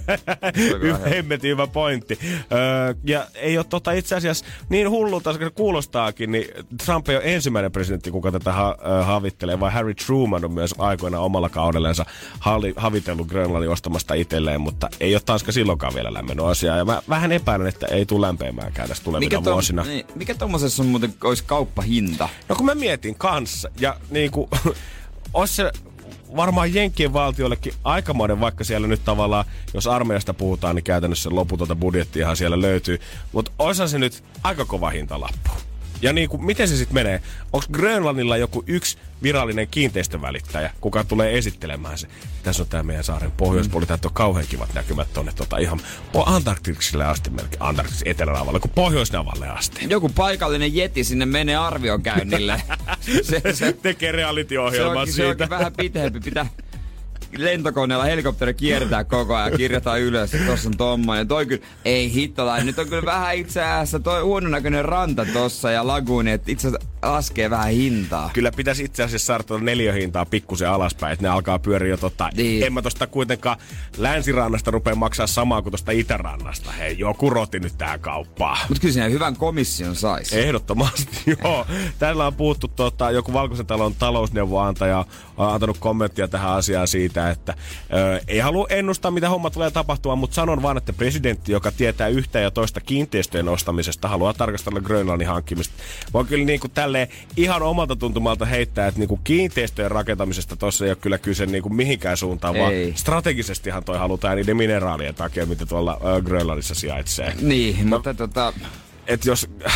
hemmetin hyvä pointti. Ja ei ole itse asiassa niin hullulta, koska se kuulostaakin, niin Trump ei ole ensimmäinen presidentti, kuka tätä havittelee, vaan Harry Truman on myös aikoinaan omalla kaudellensa havitellut Grönlannin ostamasta itselleen, mutta ei ole Tanska silloinkaan vielä lämmennyt asiaa. Ja mä vähän epäilen, että ei tule lämpeämäänkään tässä tulevina vuosina. Mikä tommosessa on muuten olisi kauppahinta? No kun mä mietin kanssa, ja niinku, olisi se varmaan Jenkkien valtiollekin aikamoinen, vaikka siellä nyt tavallaan, jos armeijasta puhutaan, niin käytännössä loputonta budjettiahan siellä löytyy. Mutta olisihan se nyt aika kova hintalappu. Ja niin kuin, miten se sitten menee? Onko Grönlannilla joku yksi virallinen kiinteistövälittäjä, kuka tulee esittelemään se? Tässä on tää meidän saaren pohjoispuoli, täältä on kauhean kivat näkymät tonne ihan Antarktikselle asti, melkein Antarktis etelänavalle, kuin Pohjoisnavalle asti. Joku paikallinen jeti sinne menee arviokäynnille. se tekee reality-ohjelmaa siitä. Se onkin vähän pitempi, pitää lentokoneella helikopteri kiertää koko ajan, kirjataan ylös, että tossa on tommoinen. Toi kyllä, ei hittolainen, nyt on kyllä vähän itse asiassa toi huononäköinen ranta tossa ja laguuni, että itse asiassa laskee vähän hintaa. Kyllä pitäisi itse asiassa saada tuota neliöhintaa pikkusen alaspäin, että ne alkaa pyöriä jo niin. En mä tosta kuitenkaan länsirannasta rupea maksaa samaa kuin tosta itärannasta. Hei, joku roti nyt tähän kauppaan. Mut kyllä siinä hyvän komission saisi. Ehdottomasti, joo. Täällä on puhuttu joku Valkoisen talon talousneuvoantaja on antanut kommenttia tähän asiaan siitä, että ei halua ennustaa, mitä homma tulee tapahtumaan, mutta sanon vaan, että presidentti, joka tietää yhtä ja toista kiinteistöjen ostamisesta, haluaa tarkastella Grönlannin hankkimista. Voi kyllä niin kuin tälleen ihan omalta tuntumalta heittää, että niin kuin kiinteistöjen rakentamisesta tuossa ei ole kyllä kyse niin kuin mihinkään suuntaan, vaan strategisestihan toi halutaan niiden mineraalien takia, mitä tuolla Grönlannissa sijaitsee. Niin, mutta että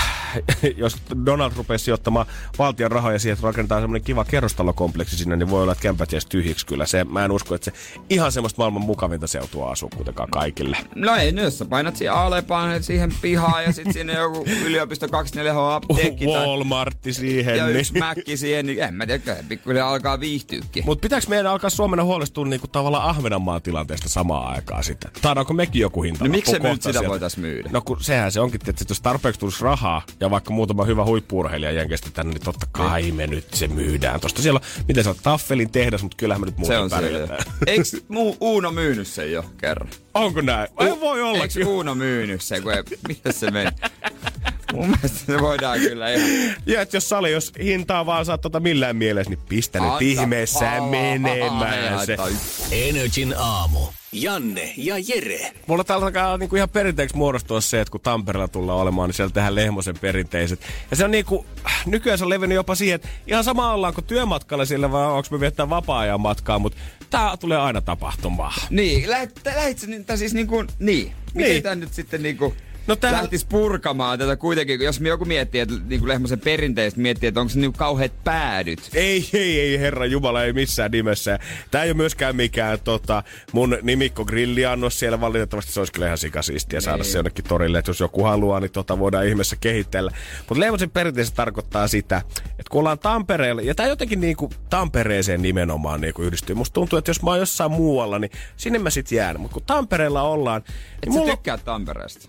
jos Donald rupeaa sijoittamaan valtion rahoja siihen, että rakentaa semmoinen kiva kerrostalokompleksi sinne, niin voi olla, että kämpät jäisi tyhjiksi kyllä. Mä en usko, että se ihan semmoista maailman mukavinta seutua asuu kuitenkaan kaikille. No ei, nyt sä painat siihen Alepaan siihen pihaan ja sitten sinne joku yliopisto 24H-apteekki. Walmartti siihen. Ja yksi mäkki siihen, niin en mä tiedä, pikkuhiljaa alkaa viihtyykin. Mutta pitääkö meidän alkaa Suomena huolestua niinku tavallaan Ahvenanmaan tilanteesta samaan aikaan sitten? Taadaanko mekin joku hinta? No miksi me nyt sitä voitaisiin myydä? No kun sehän se onkin, että jos tarpeeksi tulisi rahaa ja vaikka muutama hyvä huippu-urheilija jenkestä tänne, niin totta kai me nyt se myydään. Tosta siellä on, miten se on, Taffelin tehdas, mutta kyllähän me nyt muuten pärjätään. Eikö Uuno myynyt sen jo kerran? Onko näin? Ei voi olla. Eikö Uuno myynyt sen, kun miten se meni? Mun mielestä se voidaan kyllä ihan. Ja että jos hintaa vaan saat millään mielessä, niin pistä nyt ihmeessä menemään se. Energin aamu. Janne ja Jere. Mulla täällä alkaa niinku ihan perinteeksi muodostua se, että kun Tampereella tullaan olemaan, niin siellä tehdään Lehmosen perinteiset. Ja se on niinku, nykyään se on levinnyt jopa siihen, että ihan sama ollaanko työmatkalla sillä vai onko me viettää vapaa-ajan matkaa, mutta tää tulee aina tapahtumaan. Niin, lähit siis niinku, niin. Miten tää nyt sitten niinku lähtis purkamaan tätä kuitenkin, jos joku miettii, että niinku Lehmosen perinteistä miettii, että onko se niinku kauheat päädyt. Ei, herra jumala, ei missään nimessä. Tää ei ole myöskään mikään mun nimikko grilliannos siellä. Valitettavasti se olisi kyllä ihan sikasiistiä saada se jonnekin torille, että jos joku haluaa, niin voidaan ihmeessä kehitellä. Mutta Lehmosen perinteistä tarkoittaa sitä, että kun ollaan Tampereella, ja tää jotenkin niinku Tampereeseen nimenomaan niinku yhdistyy. Musta tuntuu, että jos mä oon jossain muualla, niin sinne mä sit jään. Mutta kun Tampereella ollaan... Et sä tykkää Tampereesta? Eikö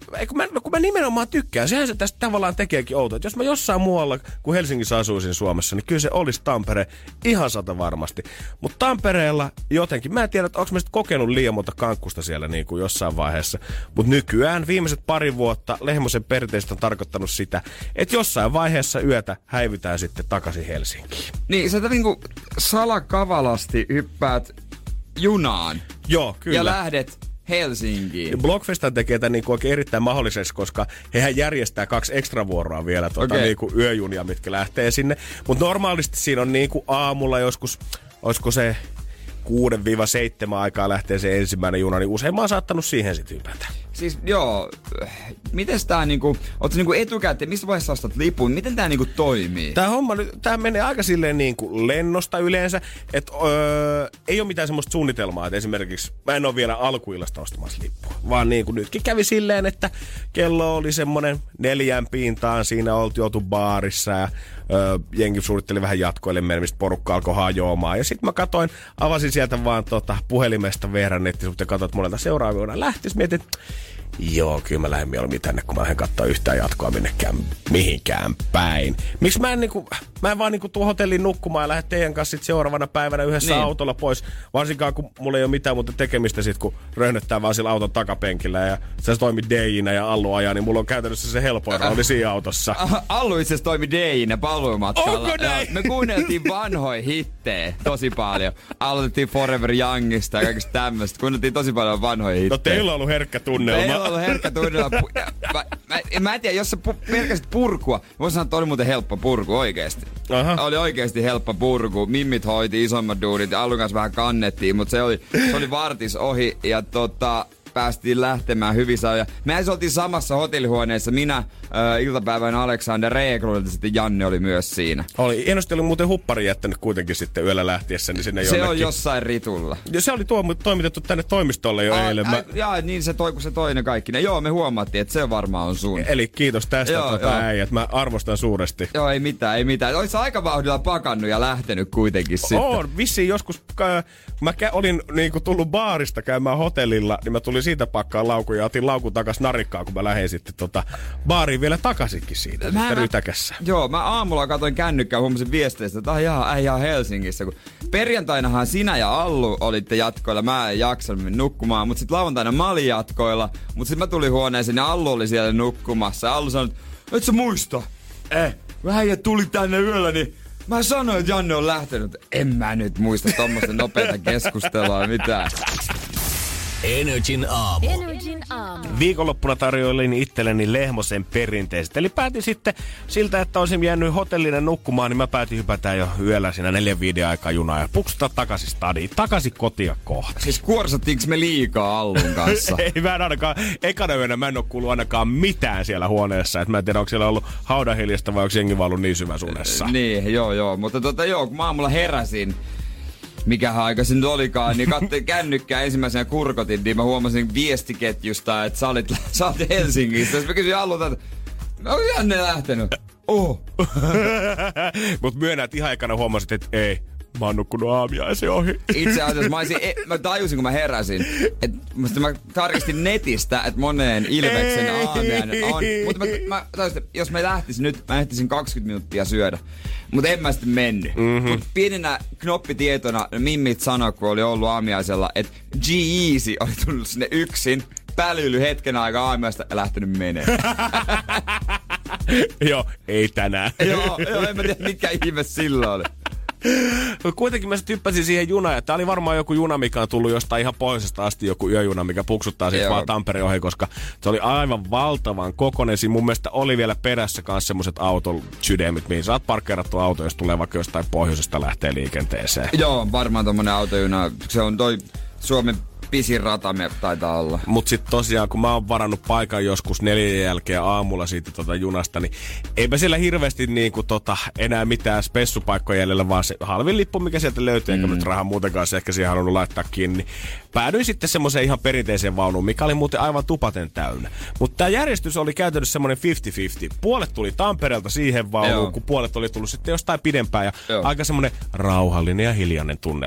kun mä nimenomaan tykkään, sehän se tästä tavallaan tekeekin outoa. Että jos mä jossain muualla kuin Helsingissä asuisin Suomessa, niin kyllä se olisi Tampere ihan 100 varmasti. Mutta Tampereella jotenkin, mä en tiedä, että onko mä sitten kokenut liian monta kankkusta siellä niin kuin jossain vaiheessa. Mutta nykyään viimeiset pari vuotta Lehmosen perinteiset on tarkoittanut sitä, että jossain vaiheessa yötä häivytään sitten takaisin Helsinkiin. Niin, sä niinku salakavalasti hyppäät junaan. Joo, kyllä. Ja lähdet Helsinkiin. Blockfestan tekee tämän niin oikein erittäin mahdolliseksi, koska hehän järjestää 2 ekstravuoroa vielä niin kuin yöjunia, mitkä lähtee sinne. Mutta normaalisti siinä on niin kuin aamulla joskus, olisiko se 6-7 aikaa lähtee se ensimmäinen juna, niin usein mä oon saattanut siihen sitten hypätä. Siis joo, mites tää niinku, ootko niinku etukäteen, missä vaiheessa ostat lipun, miten tää niinku toimii? Tää homma nyt, tää menee aika silleen niinku lennosta yleensä, että ei oo mitään semmoista suunnitelmaa, että esimerkiksi mä en oo vielä alkuillasta ostamassa lippua, vaan niinku nytkin kävi silleen, että kello oli semmonen 4 pintaan, siinä oltu baarissa ja jengi suunnitteli vähän jatkoille meille, mistä porukka alkoi hajoamaan. Ja sitten mä katoin, avasin sieltä vaan puhelimesta VR:n nettisivuilta ja katsoin, että monelta seuraavana lähtisi. Mietin, joo, kyllä mä lähden mieluummin tänne, kun mä lähden katsoa yhtään jatkoa mihinkään päin. Miksi mä en vaan tuon hotelliin nukkumaan ja lähde teidän kanssa sit seuraavana päivänä yhdessä autolla pois. Varsinkaan, kun mulla ei ole mitään muuta tekemistä sit, kun röhnöttää vaan sillä auton takapenkillä ja se toimi DJ:nä ja Allu ajaa, niin mulla on käytännössä se helpoin rooli siinä autossa. Allu itse asiassa toimi DJ:nä palvelumatkalla. Onko näin? Me kuunneltiin vanhoja hittejä tosi paljon. Aloitettiin Forever Youngista ja kaikista tämmöistä. Kuunneltiin tosi paljon vanhoja hittejä. No teillä on ollut herkkä tunnelma. Meillä on ollut herkkä tunnelma. Mä en tiedä, jos sä pelkäsit purkua, voisin sanoa, että oli muuten helppo purku oikeesti. Aha. Oli oikeesti helppo purku. Mimmit hoiti isommat duunit ja Allun kanssa vähän kannettiin, mutta se oli vartis ohi ja päästiin lähtemään hyvissä ajoin. Me oltiin samassa hotellihuoneessa, minä, iltapäivän Alexander Reeklund ja sitten Janne oli myös siinä. Hienosti oli muuten huppari jättänyt kuitenkin sitten yöllä lähtiessä, niin sinne se jonnekin. on jossain ritulla. Ja se oli toimitettu tänne toimistolle jo eilen. Jaa, niin se kun se toinen kaikki. Joo, me huomattiin, että se varmaan on sun. Eli kiitos tästä äijät, mä arvostan suuresti. Joo, ei mitään. Olis aika vauhdilla pakannut ja lähtenyt kuitenkin sitten. On, vissiin joskus, mä olin niinku tullut baarista käymään hotellilla, niin mä tulin siitä pakkaan laukun ja otin laukun takas narikkaa, kun mä lähdin sitten baariin vielä takaisinkin siitä rytäkässä. Joo, mä aamulla katsoin kännykkää, huomasin viesteistä, että äijä Helsingissä. Kun perjantainahan sinä ja Allu olitte jatkoilla, mä en jaksanut nukkumaan, mutta sitten lauantaina mä olin jatkoilla, mutta sitten mä tulin huoneeseen ja Allu oli siellä nukkumassa. Allu sanoi, et sä muista? Äijä tuli tänne yöllä, niin mä sanoin, että Janne on lähtenyt. En mä nyt muista tommoista nopeata keskustelua mitään. Energin aamu. Viikonloppuna tarjoilin itselleni Lehmosen perinteiset. Eli päätin sitten siltä, että olisin jäänyt hotellinen nukkumaan, niin mä päätin hypätä jo yöllä siinä 4-5 aikaa junaa ja puksuta takaisin stadiin, takaisin kotia kohti. Siis kuorsattiinko me liikaa Allun kanssa? Ei mä en ainakaan, ekana yönä mä en oo kuullut ainakaan mitään siellä huoneessa. Et mä en tiedä, onko siellä ollut haudanhiljasta vai onko jengi vaan ollut niin syvässä unessa. Niin, joo. Mutta kun mä aamulla heräsin, mikähän aika se nyt olikaan, niin katsoin kännykkää ensimmäisenä kurkotin, niin mä huomasin viestiketjusta, että sä olit Helsingissä. Sitten mä kysyin Allulta, että onko Janne lähtenyt? Mut myönnän, että ihan ekana huomasit, että ei. Mä oon nukkunut aamiaisen ohi. Itse asiassa mä tajusin, kun mä heräsin, että mä tarkistin netistä, että moneen Ilveksen aamiainen on. Mutta mä tajusin, että jos mä lähtisin nyt, mä ehtisin 20 minuuttia syödä. Mutta en mä sitten mennyt. Mut pienenä knoppitietona mimmit sanoi, kun oli ollut aamiaisella, että G-Easy oli tullut sinne yksin, pälyily hetken aikaa aamiaista ja lähtenyt menemään. Joo, ei tänään. Joo, en mä tiedä mikä ihme sillä oli. Kuitenkin mä hyppäsin siihen junaan, ja tää oli varmaan joku juna, mikä on tullut jostain ihan pohjoisesta asti, joku yöjuna, mikä puksuttaa sitten vaan Tampereen ohi, koska se oli aivan valtavan kokoinen. Siinä mun mielestä oli vielä perässä kanssa semmoset autosydämit, mihin saat parkkeerattu auto, jos tulee vaikka jostain pohjoisesta lähtee liikenteeseen. Joo, varmaan tommonen autojuna. Se on toi Suomen pisin rata me taitaa olla. Mut sit tosiaan, kun mä oon varannut paikan joskus 4 jälkeen aamulla siitä junasta, niin eipä siellä hirveästi enää mitään spessupaikkoja jäljellä, vaan se halvin lippu, mikä sieltä löytyy, eikä nyt rahaa muutenkaan se ehkä siihen halunnut laittaa kiinni. Päädyin sitten semmoiseen ihan perinteiseen vaunuun, mikä oli muuten aivan tupaten täynnä. Mutta tää järjestys oli käytännössä semmoinen 50-50. Puolet tuli Tampereelta siihen vaunuun, kun puolet oli tullut sitten jostain pidempään ja aika semmoinen rauhallinen ja hiljainen tunnelma.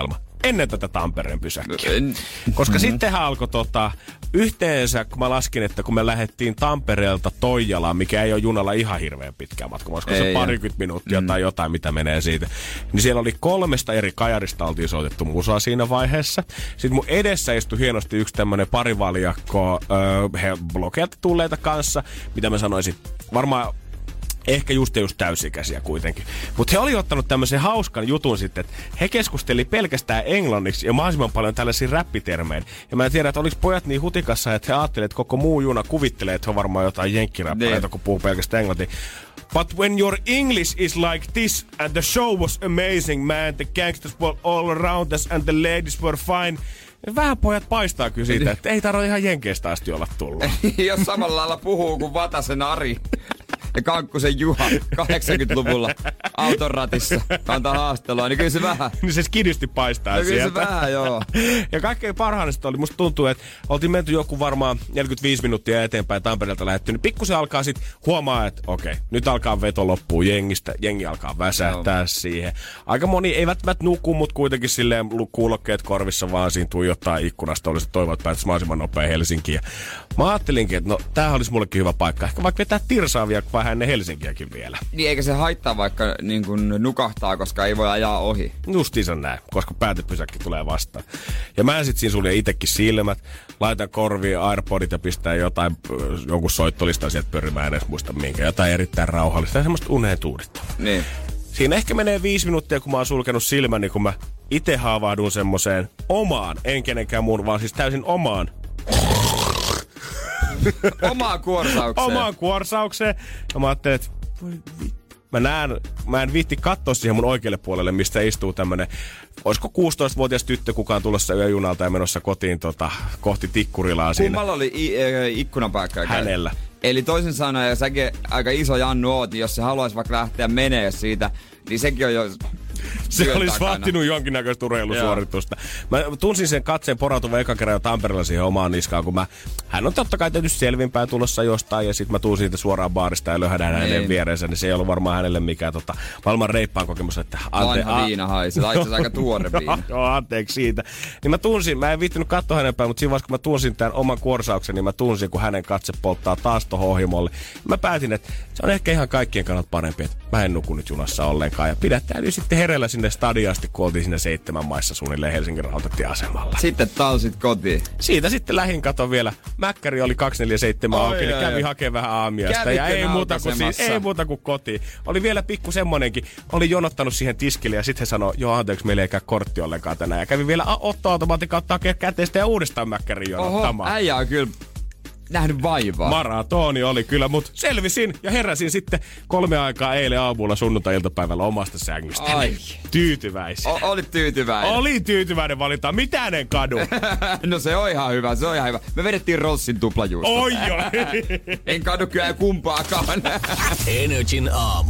ennen tätä Tampereen pysäkkiä. Koska sittenhän alkoi yhteensä, kun mä laskin, että kun me lähdettiin Tampereelta Toijalaan, mikä ei ole junalla ihan hirveän pitkä matka, koska se 20 minuuttia tai jotain, mitä menee siitä, niin siellä oli 3 eri kajarista oltiin soitettu musaa siinä vaiheessa. Sitten mun edessä istui hienosti yksi tämmönen parivaljakko he blogeilta tulleita kanssa, mitä mä sanoisin, varmaan ehkä just täysikäisiä kuitenkin. Mutta he oli ottanut tämmöisen hauskan jutun sitten, että he keskusteli pelkästään englanniksi ja mahdollisimman paljon tällaisia räppitermein. Ja mä en tiedä, että oliko pojat niin hutikassa, että he ajattelivat, että koko muu juna kuvittelee, että he on varmaan jotain jenkkiräppäreitä, kun puhuu pelkästään englantia. But when your English is like this and the show was amazing, man, the gangsters were all around us and the ladies were fine. Vähän pojat paistaa kyllä siitä, että ei tarvitse ihan Jenkeistä asti olla tullut. Jos samalla lailla puhuu kuin Vatasen Ari ja Kankkusen Juha 80-luvulla auton ratissa kantaa haastelua, niin kyllä se vähän. Niin se skidisti paistaa sieltä. Kyllä se vähän, joo. Ja kaikkein parhaanista oli, musta tuntuu, että oltiin menty joku varmaan 45 minuuttia eteenpäin Tampereelta lähdetty, niin pikkusen alkaa sit huomaa, että okei, nyt alkaa veto loppuu jengistä, jengi alkaa väsähtää siihen. Aika moni ei välttämättä nuku, mutta kuitenkin silleen kuulokkeet korvissa vaan siinä tuijottaa ikkunasta, olisi toivot päätös mahdollisimman nopea Helsinkiin. Ja mä ajattelinkin, että no tämähän olisi mullekin hyvä paikka. Ehkä vaikka vetää Tirsaavia vähän ennen Helsinkiäkin vielä. Niin eikä se haittaa vaikka niin kun nukahtaa, koska ei voi ajaa ohi. Justiinsa näin, koska päätepysäkki tulee vastaan. Ja mä sit siinä suljen itekin silmät, laitan korviin AirPodit ja pistää jonkun soittolistan sieltä pyörimään, en edes muista minkä. Jotain erittäin rauhallista ja semmoista uneen tuudittavaa. Niin. Siinä ehkä menee 5 minuuttia, kun mä oon sulkenut silmäni, kun mä ite haavahdun semmoseen omaan, en kenenkään muun, vaan siis täysin omaan. Omaan kuorsaukseen. Omaan kuorsaukseen. Ja mä ajattelin, että mä en viitti katsoa siihen mun oikealle puolelle, mistä istuu tämmönen, olisiko 16-vuotias tyttö, kukaan tulossa yöjunalta ja menossa kotiin kohti Tikkurilaa siinä. Kummalla oli ikkunapaikka? Hänellä. Eli toisin sanoen, ja säkin aika iso Jannu oot, jos se haluaisi vaikka lähteä menee siitä, niin sekin on jo se olisi vaatinut jonkinnäköistä urheilusuoritusta. Mä tunsin sen katseen porautuvan eka kerran jo Tampereella siihen omaan niskaan, kun hän on totta kai tietysti selvinpäin tulossa jostain, ja sit mä tuun siitä suoraan baarista ja löhädän hänen viereensä, niin se ei ollut varmaan hänelle mikään maailman reippaan kokemus, että vanha viina haisi, laitsi aika tuore viina. Joo, anteeksi siitä. Niin mä tunsin, mä en viittinyt katsoa hänen päin, mutta siinä vaiheessa kun mä tunsin tämän oman kuorsauksen, niin mä tunsin, kun hänen katse polttaa taas tohon ohimolle. Mä päätin, että se on ehkä ihan kaikkien kannalta parempi, että mä en nuku nyt junassa ollenkaan, ja pidättäydyin sitten hereillä sinne stadiasti, kun oltiin siinä 7 maissa suunnilleen Helsingin rautatieasemalla. Sitten talsit kotiin. Siitä sitten lähin kato vielä. Mäkkäri oli 247 auki, niin kävi hakemaan vähän aamiaista. Ja ei muuta kuin kotiin. Oli vielä pikku semmonenkin. Oli jonottanut siihen tiskille ja sitten he sanoi, joo anteeksi, meillä ei käy kortti ollenkaan tänään. Ja kävi vielä ottoautomaatin kautta käteistä ja uudestaan Mäkkäriin jonottamaan. Oho, äijä on kyllä nähnyt vaivaa. Maratoni oli kyllä, mutta selvisin ja heräsin sitten 3 aikaa eilen aamulla sunnuntai-iltapäivällä omasta sängystäni. Ai. Tyytyväisiä. Olit tyytyväinen? Oli tyytyväinen valinta. Mitään en kadu. No se on ihan hyvä, se on ihan hyvä. Me vedettiin Rossin tuplajuusta. Oi. En kadu kyllä kumpaakaan. Energin aamu.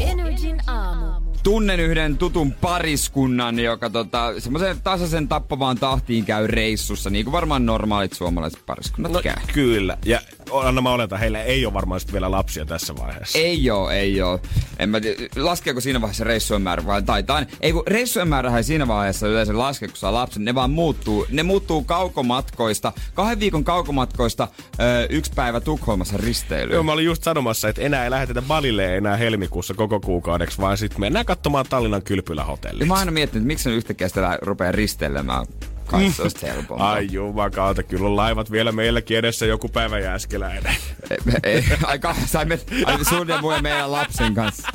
Tunnen yhden tutun pariskunnan, joka semmoisen tasaisen tappavaan tahtiin käy reissussa, niin kuin varmaan normaalit suomalaiset pariskunnat käy. Kyllä. Ja anna mä oletan, heillä ei ole varmaan vielä lapsia tässä vaiheessa. Ei oo. En mä tiedä, laskeeko siinä vaiheessa reissujen määrä vai taitaa. Ei kun reissujen määrähän siinä vaiheessa yleensä laskee, kun saa lapsen. Ne vaan muuttuu. Ne muuttuu kaukomatkoista. 2 viikon kaukomatkoista 1 päivä Tukholmassa risteilyyn. Joo, mä olin just sanomassa, että enää ei lähetetä Balille enää helmikuussa koko kuukaudeksi, vaan sitten mennään katsomaan Tallinnan Kylpylä-hotellit. Mä oon aina miettinyt, että miksi ne yhtäkkiä sitä rupeaa risteilemään. Kai se olisi helpompaa. Ai jumakauta, kyllä on laivat vielä meilläkin edessä joku päivä Jääskeläinen. Saimme sun ja mun meidän lapsen kanssa.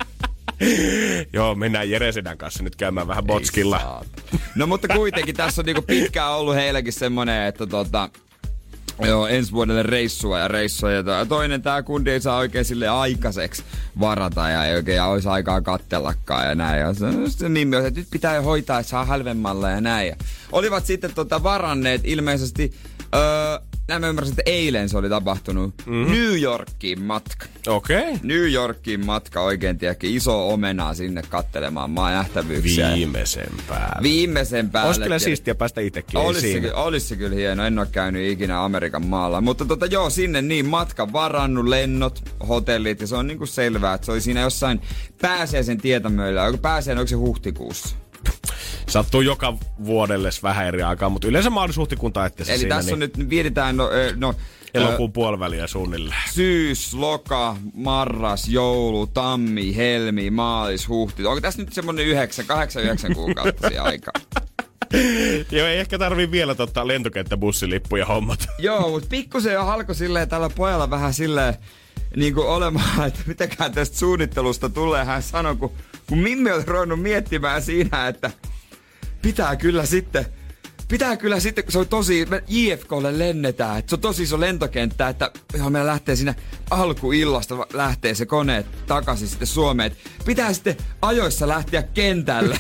Joo, mennään Jeresedän kanssa nyt käymään vähän botskilla. No mutta kuitenkin tässä on niinku pitkään ollut heilläkin semmonen, että joo, ensi vuodelle reissua. Ja toinen tää kundi ei saa oikein sille aikaiseksi varata ja ei oikein olisi aikaa kattellakaan ja näin. Ja se Mimmi on, että nyt pitää jo hoitaa, että saa halvemmalla ja näin. Ja olivat sitten varanneet ilmeisesti, näin mä ymmärsin, että eilen se oli tapahtunut. New Yorkiin matka. Okei. Okay. New Yorkiin matka oikein, tiedäkö, iso omenaa sinne kattelemaan maan nähtävyyksiä. Viimeisen päälle. Olisi kyllä siistiä päästä itsekin. Olisi se kyllä hieno. En ole käynyt ikinä Amerikan maalla. Mutta joo, sinne niin matka varannut, lennot, hotellit ja se on niinku selvää, että se oli siinä jossain pääsiäisen tietämöillä. Onko se huhtikuussa? sattuu joka vuodelle vähän eri aikaa, mutta yleensä mä olin huhtikuun taitteessa eli siinä. Eli tässä on nyt, vietetään elokuun puoliväliä suunnilleen. Syys, loka, marras, joulu, tammi, helmi, maalis, huhti. Onko tässä nyt semmonen 8-9 kuukautta aikaa? Joo, ei ehkä tarvii vielä lentokenttäbussilippuja hommat. Joo, mutta pikkusen jo alkoi silleen tällä pojalla vähän silleen niinku olemaan, että mitäkään tästä suunnittelusta tulee. Hän sanoi, kun Mimmi on ruvennut miettimään siinä, että pitää kyllä sitten, kun se on tosi, me JFKlle lennetään, että se on tosi iso lentokenttä, että johon meillä lähtee siinä alkuillasta, lähtee se kone takaisin sitten Suomeen, että pitää sitten ajoissa lähteä kentälle.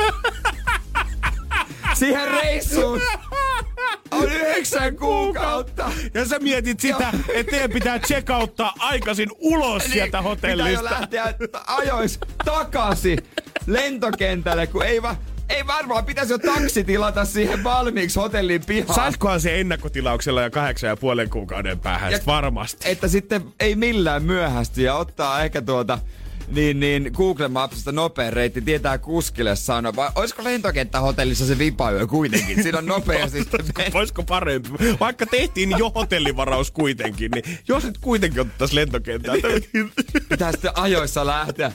Siihen reissuun on 9 kuukautta. Ja sä mietit sitä, että teidän pitää checkouttaa aikaisin ulos sieltä hotellista. Pitää jo lähteä ajoissa takaisin lentokentälle, kun ei varmaan pitäisi jo taksi tilata siihen valmiiksi hotellin pihaan. Saisikohan se ennakkotilauksella jo 8,5 kuukauden päähän varmasti. Että sitten ei millään myöhästy ja ottaa ehkä Google Mapsista nopein reitti, tietää kuskille sanoa, vai olisiko lentokenttähotellissa se vipayö kuitenkin? Siinä on nopeasti sitten. Voisiko parempi? Vaikka tehtiin jo hotellivaraus kuitenkin, niin jos nyt kuitenkin otettaisiin lentokenttää. Pitää sitten ajoissa lähteä.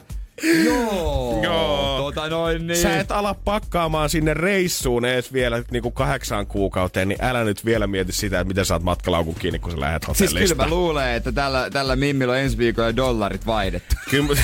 Joo. Niin. Sä et ala pakkaamaan sinne reissuun edes vielä niinku 8 kuukauteen, niin älä nyt vielä mieti sitä, että miten saat matkalaukun kiinni, kun sä lähdet hotellista. Siis kyllä mä luulen, että tällä Mimmillä on ensi viikolla dollarit vaihdettu. Kyllä,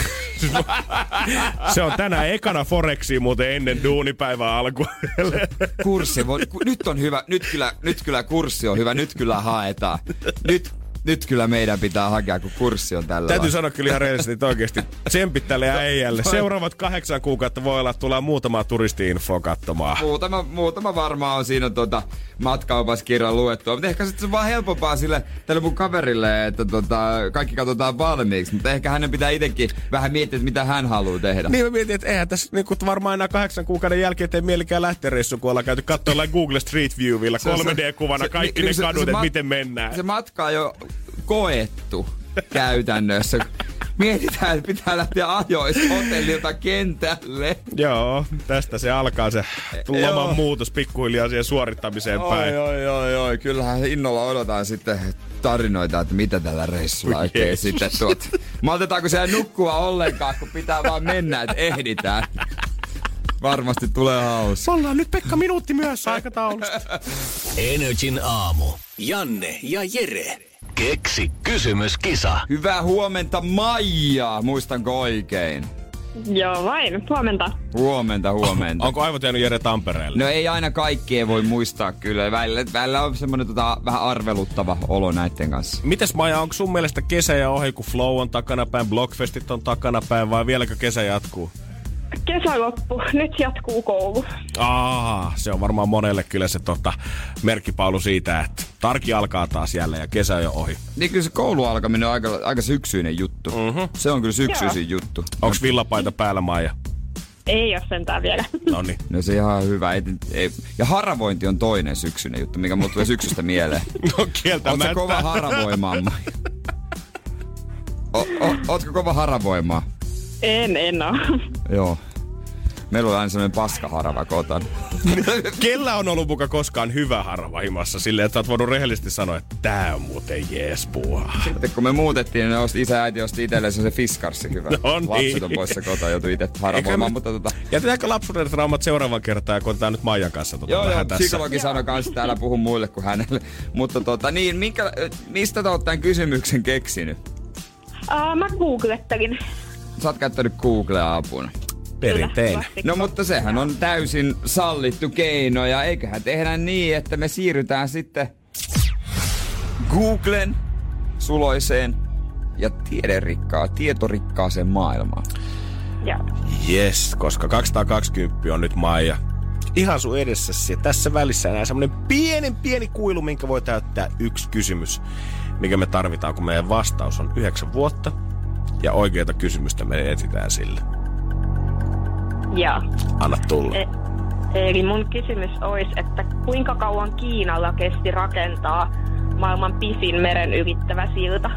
se on tänään ekana Forexiin muuten ennen duunipäivän alkua. Kurssi, nyt on hyvä, nyt kyllä kurssi on hyvä, nyt kyllä haetaan. Nyt kyllä meidän pitää hakea, kun kurssi on tällä. Täytyy sanoa kyllä ihan reellisesti, että oikeasti tsempit tälle äijälle. Seuraavat 8 kuukautta voi olla, että tulee muutamaa turisti-infoa katsomaan. Muutama varmaan on siinä matkaopaskirjan luettua. Mutta ehkä sitten se on vaan helpompaa tälle mun kaverille, että kaikki katsotaan valmiiksi. Mutta ehkä hänen pitää itsekin vähän miettiä, että mitä hän haluaa tehdä. Niin mä mietin, että eihän tässä niin varmaan enää 8 kuukauden jälkeen tee mielikään lähteä reissuun, kun ollaan käyty katsoa Google Street Viewilla 3D-kuvana kaikki ne kadut, että miten mennään. Se matka on jo koettu käytännössä. Mietitään, että pitää lähteä ajoissa hotellilta kentälle. Joo, tästä se alkaa se loman muutos pikkuhiljaa siihen suorittamiseen päin. Oi. Kyllähän innolla odotetaan sitten tarinoita, että mitä tällä reissulla oikein sitten maltetaanko siellä nukkua ollenkaan, kun pitää vaan mennä, että ehditään. Varmasti tulee hauska. Ollaan nyt Pekka minuutti myöhässä aikataulusta. NRJ:n aamu. Janne ja Jere. Keksi kysymyskisa. Hyvää huomenta, Maija. Muistanko oikein? Joo vain, huomenta. Huomenta. Onko aivot jäänyt Jere Tampereelle? No ei aina kaikkea voi muistaa kyllä. Välillä on semmoinen vähän arveluttava olo näitten kanssa. Mites Maija, onko sun mielestä kesä ja ohi, kun Flow on takanapäin, Blockfestit on takanapäin vai vieläkö kesä jatkuu? Kesä loppu, nyt jatkuu koulu. Se on varmaan monelle kyllä se merkkipaulu siitä, että tarki alkaa taas jälleen ja kesä on jo ohi. Niin kyllä se koulu alkaminen on aika syksyinen juttu. Mm-hmm. Se on kyllä syksyisin juttu. Onks villapaita päällä, Maija? Ei oo sentään vielä. Noniin. No se ihan hyvä. Ei. Ja haravointi on toinen syksyinen juttu, mikä mulle tulee syksystä mieleen. No kieltämättä. Ootko kova haravoimaan, Maija? Ootko kova haravoimaan? En oo. Joo. Meillä on aina sellainen paskaharava kotona. Kellä on ollut muka koskaan hyvä harava himassa silleen, että sä oot voinut rehellisesti sanoa, että tää on muuten jees puuhaa. Sitten kun me muutettiin, niin isä ja äiti osti itselleen se fiskarssi hyvä. No niin. Lapset on poissa kotona, joutui itse haravoimaan, mutta Jätetäänkö lapsuuden traumat seuraavan kertaan ja koetetaan nyt Maijan kanssa Joo, psykologi sanoi kanssa, että älä puhu muille kuin hänelle. Mutta mistä te oot tämän kysymyksen keksinyt? Mä googlettelin. Sä oot käyttänyt Googlea apuna. Perinteinen. No mutta sehän on täysin sallittu keino ja eiköhän tehdä niin, että me siirrytään sitten Googlen suloiseen ja tietorikkaaseen maailmaan. Joo. Yes, koska 220 on nyt Maija. Ihan sun edessäsi. Tässä välissä enää semmonen pieni kuilu, minkä voi täyttää yksi kysymys, mikä me tarvitaan, kun meidän vastaus on 9 vuotta ja oikeita kysymystä me etsitään sille. Joo. Anna tulla. Eli mun kysymys olisi, että kuinka kauan Kiinalla kesti rakentaa maailman pisin meren ylittävä silta?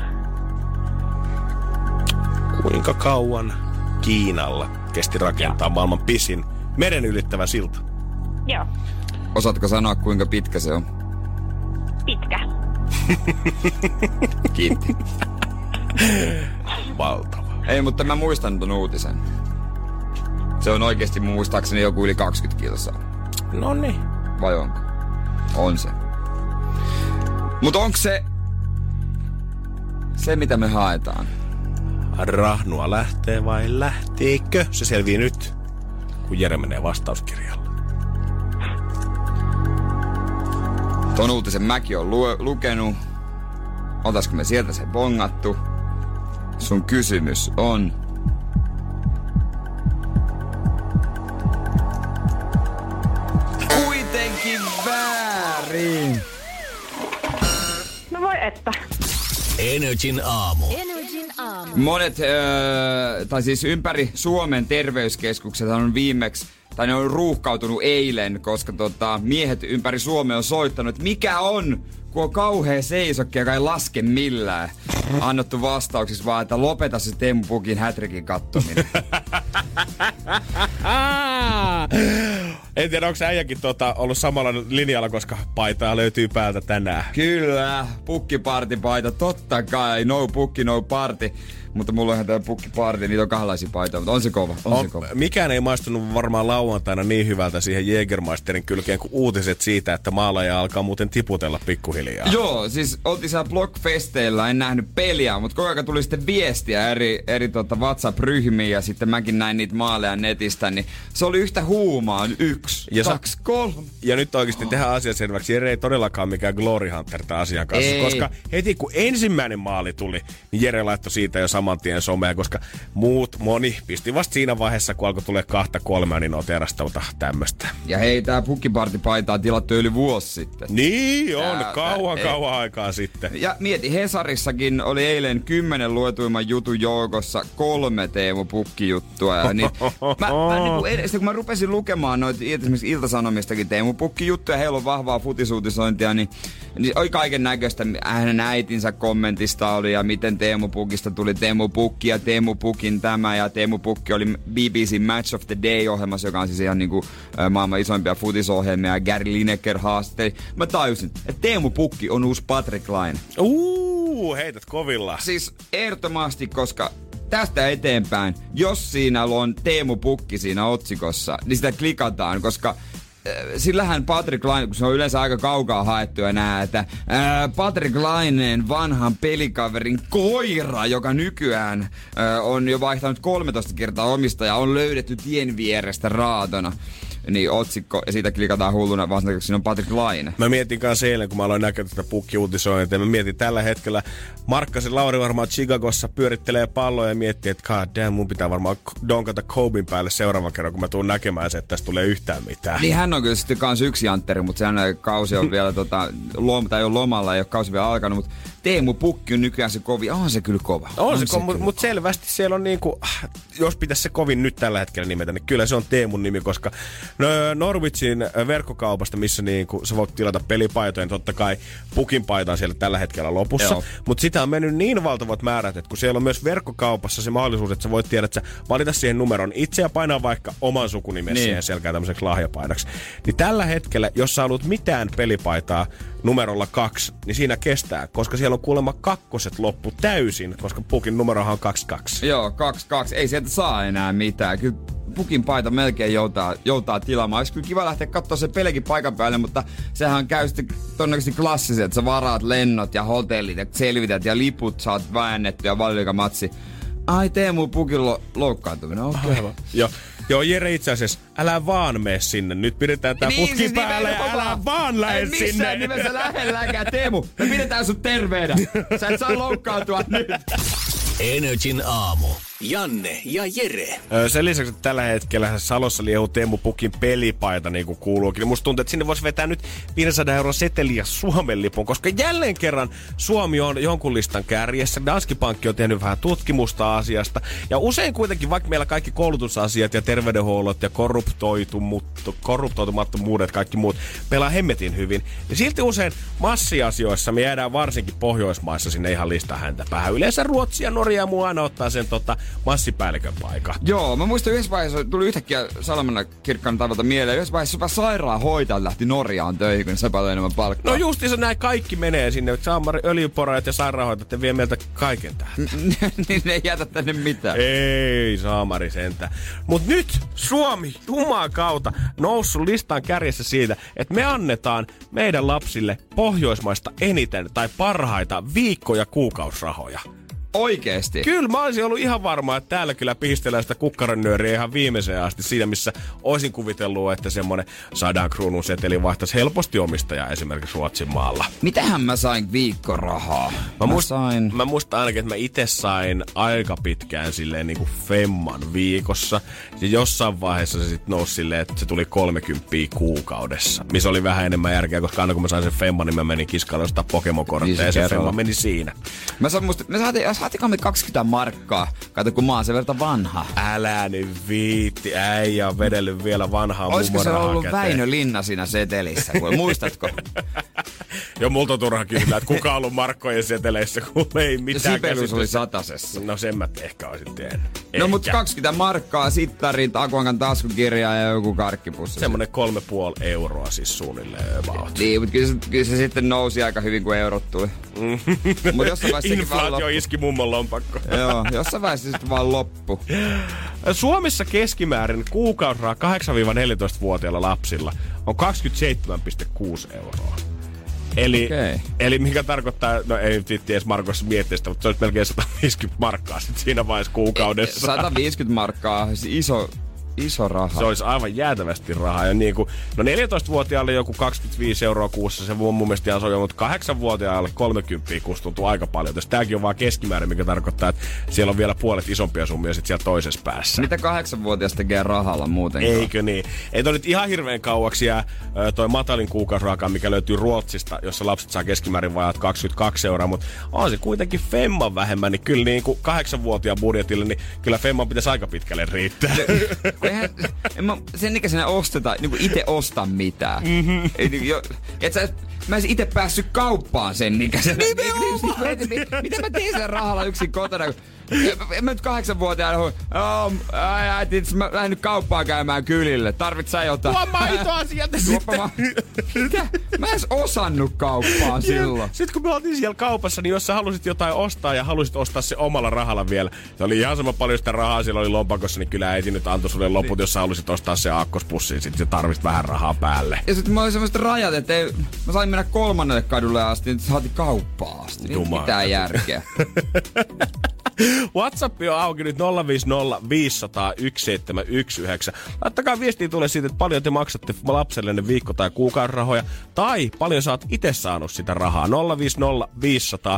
Kuinka kauan Kiinalla kesti rakentaa maailman pisin meren ylittävä silta? Joo. Osaatko sanoa, kuinka pitkä se on? Pitkä. Kiitti. Valtava. Ei, mutta mä muistan ton uutisen. Se on oikeesti muistaakseni joku yli 20 kilsaa. Noniin. Vai onko? On se. Mut onko se mitä me haetaan? Rahnua lähtee vai lähteekö? Se selvii nyt, kun Jere menee vastauskirjalle. Ton uutisen mäkin on lukenut. Otaisiko me sieltä se bongattu? Sun kysymys on... Kuitenkin väärin! No voi että. Energin aamu. Monet, tai siis ympäri Suomen terveyskeskukset on viimeksi, tai ne on ruuhkautunut eilen, koska miehet ympäri Suomea on soittanut, että mikä on, kun on kauhea seisokki, joka ei laske millään. Annettu vastauksissa vaan, että lopeta se Teemu Pukin hätrikin kattominen. En tiedä, onko äijäkin ollut samalla linjalla, koska paitaa löytyy päältä tänään. Kyllä, pukkipartipaita, totta kai, no pukki, no party. Mutta mulla on ihan tää pukkiparti, niitä on kahdenlaisia paitoja, mutta on se kova, se kova. Mikään ei maistunut varmaan lauantaina niin hyvältä siihen Jägermeisterin kylkeen kuin uutiset siitä, että maalaja alkaa muuten tiputella pikkuhiljaa. Joo, siis oltiin siellä Blockfesteillä, en nähnyt peliä, mutta koko ajan tuli sitten viestiä eri WhatsApp-ryhmiin ja sitten mäkin näin niitä maaleja netistä, niin se oli yhtä huumaa, 1, 2, 3. Ja nyt oikeasti tehdään asia selväksi, Jere ei todellakaan mikään Glory Hunter tämän asian kanssa, koska heti kun ensimmäinen maali tuli, niin Jere laittoi siitä jo saman tien somea, koska moni pisti vasta siinä vaiheessa, kun alkoi tulee 2-3, niin noterasta tämmöstä. Ja hei, tää pukkipartipaitaa tilattu yli vuosi sitten. Niin on, kauan aikaa sitten. Ja mieti, Hesarissakin oli eilen 10 luetuimman jutun joukossa 3 Teemu Pukki-juttua. Ja niin, kun mä rupesin lukemaan noita esimerkiksi Ilta-Sanomistakin Teemu Pukki-juttuja, heillä on vahvaa futisuutisointia, niin oli kaiken näköistä. Hänen äitinsä kommentista oli ja miten Teemu Pukista tuli Teemu Pukki ja Teemu Pukin tämä. Ja Teemu Pukki oli BBC Match of the Day-ohjelmassa, joka on siis ihan niinku maailman isoimpia futisohjelmia. Ja Gary Lineker haastatteli. Mä tajusin, että Teemu Pukki on uusi Patrick Laine. Heität kovilla. Siis ehdottomasti, koska tästä eteenpäin, jos siinä on Teemu Pukki siinä otsikossa, niin sitä klikataan, koska sillähän Patrick Laine, kun se on yleensä aika kaukaa haettu ja nää, että Patrick Laineen vanhan pelikaverin koira, joka nykyään on jo vaihtanut 13 kertaa omistajaa, on löydetty tien vierestä raatona. Niin otsikko, ja siitä klikataan hulluna vaan sen, siinä on Patrick Laine. Mä mietin kanssa eilen, kun mä aloin näkyä tätä pukkiuutisointia. Mä mietin tällä hetkellä, Markkasen Lauri varmaan Chicagossa pyörittelee palloa ja miettii, että god damn, mun pitää varmaan donkata Koben päälle seuraavan kerran, kun mä tuun näkemään se, että tästä tulee yhtään mitään. Niin hän on kyllä sitten kans yksi jantteri, mutta sehän kausi on vielä tai on lomalla, ei ole kausi vielä alkanut, mutta Teemu Pukki on nykyään se kovin. On se kyllä kova. On se mutta selvästi siellä on niinku, jos pitäisi se kovin nyt tällä hetkellä nimetä, niin kyllä se on Teemun nimi, koska Norwichin verkkokaupasta, missä niinku sä voit tilata pelipaitoja, niin totta kai Pukin paita on siellä tällä hetkellä lopussa. Mutta sitä on mennyt niin valtavat määrät, että kun siellä on myös verkkokaupassa se mahdollisuus, että sä voit tiedä, että sä valita siihen numeron itse ja painaa vaikka oman sukunimen siihen selkään tämmöiseksi lahjapainaksi. Niin tällä hetkellä, jos sä haluat mitään pelipaitaa numerolla 2, niin siinä kestää, koska siellä on kuulemma 2 loppu täysin, koska Pukin numerohan on 22. Joo, 22. Ei sieltä saa enää mitään. Kyllä Pukin paita melkein joutaa tilaamaan. Olisi kyllä kiva lähteä katsoa se pelikin paikan päälle, mutta sehän käy sitten todennäköisesti klassisesti, että sä varaat lennot ja hotellit ja selvität ja liput saat väännetty ja valioliigamatsi. Ai, Teemu Pukin loukkaantuminen, okei. Okay. Joo, Jere itse asiassa, älä vaan mene sinne. Nyt pidetään tää putki siis päällä ja älä vaan lähde sinne. Ei missään nimessä lähelläkään, Teemu. Me pidetään sut terveenä. Sä et saa loukkaantua nyt. Energin aamu. Janne ja Jere. Sen lisäksi, että tällä hetkellä Salossa liehuu Teemu Pukin pelipaita, niin kuin kuuluukin. Musta tuntuu, että sinne voisi vetää nyt 500 € seteliä Suomen lipun, koska jälleen kerran Suomi on jonkun listan kärjessä. Danske Bank on tehnyt vähän tutkimusta asiasta. Ja usein kuitenkin, vaikka meillä kaikki koulutusasiat ja terveydenhuollot ja korruptoitumattomuudet, kaikki muut pelaa hemmetin hyvin, niin silti usein massiasioissa me jäädään varsinkin Pohjoismaissa sinne ihan listan häntä päähän. Yleensä Ruotsi ja Norja ja muu aina ottaa sen massipäällikön paikan. Joo, mä muistan yhdessä vaiheessa, tuli yhtäkkiä Salamanna kirkkaan taivalta mieleen. Yhdessä vaiheessa jopa sairaanhoitajat lähti Norjaan töihin, kun ne sai paljon enemmän palkkaa. No justiinsa näin kaikki menee sinne. Saamari, öljyporajat ja sairaanhoitajat vie meiltä kaiken tähän. Niin ne ei jätä tänne mitään. Ei, saamari sentä. Mut nyt Suomi, Jumalan kautta, noussut listan kärjessä siitä, että me annetaan meidän lapsille Pohjoismaista eniten tai parhaita viikko- ja kuukausrahoja. Oikeesti? Kyllä, mä olisin ollut ihan varma, että täällä kyllä pihistellään sitä kukkaronnyöriä ihan viimeiseen asti. Siinä, missä olisin kuvitellut, että semmonen 100 kruunun seteli vaihtaisi helposti omistajaa esimerkiksi Ruotsin maalla. Mitähän mä sain viikkorahaa? Mä muistan ainakin, että mä itse sain aika pitkään silleen niinku femman viikossa. Ja jossain vaiheessa se sitten nousi silleen, että se tuli 30 kuukaudessa. Missä oli vähän enemmän järkeä, koska aina kun mä sain sen femman, niin mä menin kiskalle ostaa Pokemon-kortteja ja se femma meni siinä. Me saatiinko me 20 markkaa? Kato, kun mä oon sen verran vanha. Älä nyt viitti, äijä on vedellyt vielä vanhaa mummorahaa. Olisiko se ollut Väinö Linna siinä setelissä? Muistatko? Joo, multa on turha kysyä, että kuka on ollut markkojen seteleissä, kun ei mitään Sibelius oli satasessa. No sen mä ehkä olisin tiennyt. No mut 20 markkaa, sittarit, Akuankan taskukirja ja joku karkkipussi. Semmonen 3,5 euroa siis suunnilleen about. Niin, mutta kyllä se sitten nousi aika hyvin, kun eurot tuli. Mut jossain vaiheessa inflaatio iski mummon lompakko. Joo, jossain vaiheessa sitten vaan loppu. Suomessa keskimäärin kuukausraha 8-14-vuotiailla lapsilla on 27,6 euroa. Eli mikä tarkoittaa, no ei nyt edes markoissa mietteistä, mutta se olisi melkein 150 markkaa sit siinä vaiheessa kuukaudessa. 150 markkaa, iso raha. Se olisi aivan jäätävästi rahaa. Ja niin kuin, no 14-vuotiaalle joku 25 euroa kuussa, se mun mielestä ihan soja, mutta 8-vuotiaalle 30 kuussa tuntuu aika paljon. Tämäkin on vaan keskimäärin, mikä tarkoittaa, että siellä on vielä puolet isompia summia sit siellä toisessa päässä. Mitä 8-vuotias tekee rahalla muutenkaan? Eikö niin? Ei toi nyt ihan hirveän kauaksi jää toi matalin kuukausraaka, mikä löytyy Ruotsista, jossa lapset saa keskimäärin vajaat 22 euroa, mutta on se kuitenkin femman vähemmän, niin kyllä niin kuin 8-vuotiaan budjetille, niin kyllä femman pitäisi aika pitkälle riittää. Sen ikäisenä osteta, niin itse osta mitään. Mä en itse päässyt kauppaan sen ikäisenä. Mitä mä teen sen rahalla yksin kotona? Mä nyt 8-vuotiaana äiti, mä lähden nyt kauppaan käymään kylille. Tarvit sä jotain? Tuo maitoa sieltä sitten. Mitä? Mä en osannut kauppaan silloin. Sitten kun me oltiin siellä kaupassa, niin jos sä halusit jotain ostaa ja halusit ostaa se omalla rahalla vielä. Se oli ihan sama paljon sitä rahaa, siellä oli lompakossa, niin kyllä äiti nyt antoi sulle loput, jos sä halusit ostaa se aakkospussiin. Sitten sä tarvitsit vähän rahaa päälle. Ja sitten mä olin semmoiset rajat, että mä sain mennä 3. kadulle asti, niin saatiin kauppaan asti. Mitään järkeä. WhatsApp on auki nyt 050 500 1719. Laittakaa viestiä tulee siitä, että paljon te maksatte lapsellenne viikko- tai kuukausirahoja, tai paljon sä oot itse saanut sitä rahaa. 050 500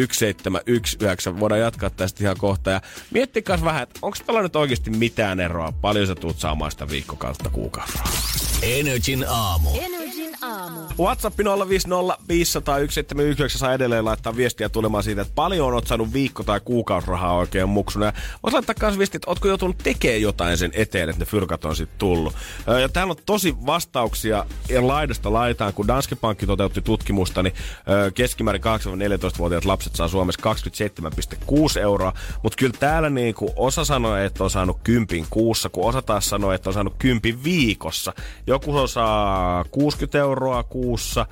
1719. Voidaan jatkaa tästä ihan kohta. Ja miettikää vähän, että onko tällä nyt oikeasti mitään eroa, paljon sä tuut saamaan sitä viikko- kautta kuukausirahaa. Energin aamu. WhatsApp 050 500 1719 saa edelleen laittaa viestiä tulemaan siitä, että paljon oot saanut viikko- tai kuukausirahaa oikein muksuna. Ja voisi laittaa myös viestiä, että ootko joutunut tekemään jotain sen eteen, että ne fyrkat on sitten tullut. Ja täällä on tosi vastauksia laidasta laitaan, kun Danske Bank toteutti tutkimusta, niin keskimäärin 8-14-vuotiaat lapset saa Suomessa 27,6 euroa. Mutta kyllä täällä niinku osa sanoo, että on saanut 10 kuussa, kun osa taas sanoo, että on saanut 10 viikossa. Joku osaa 60 euroa kuussa.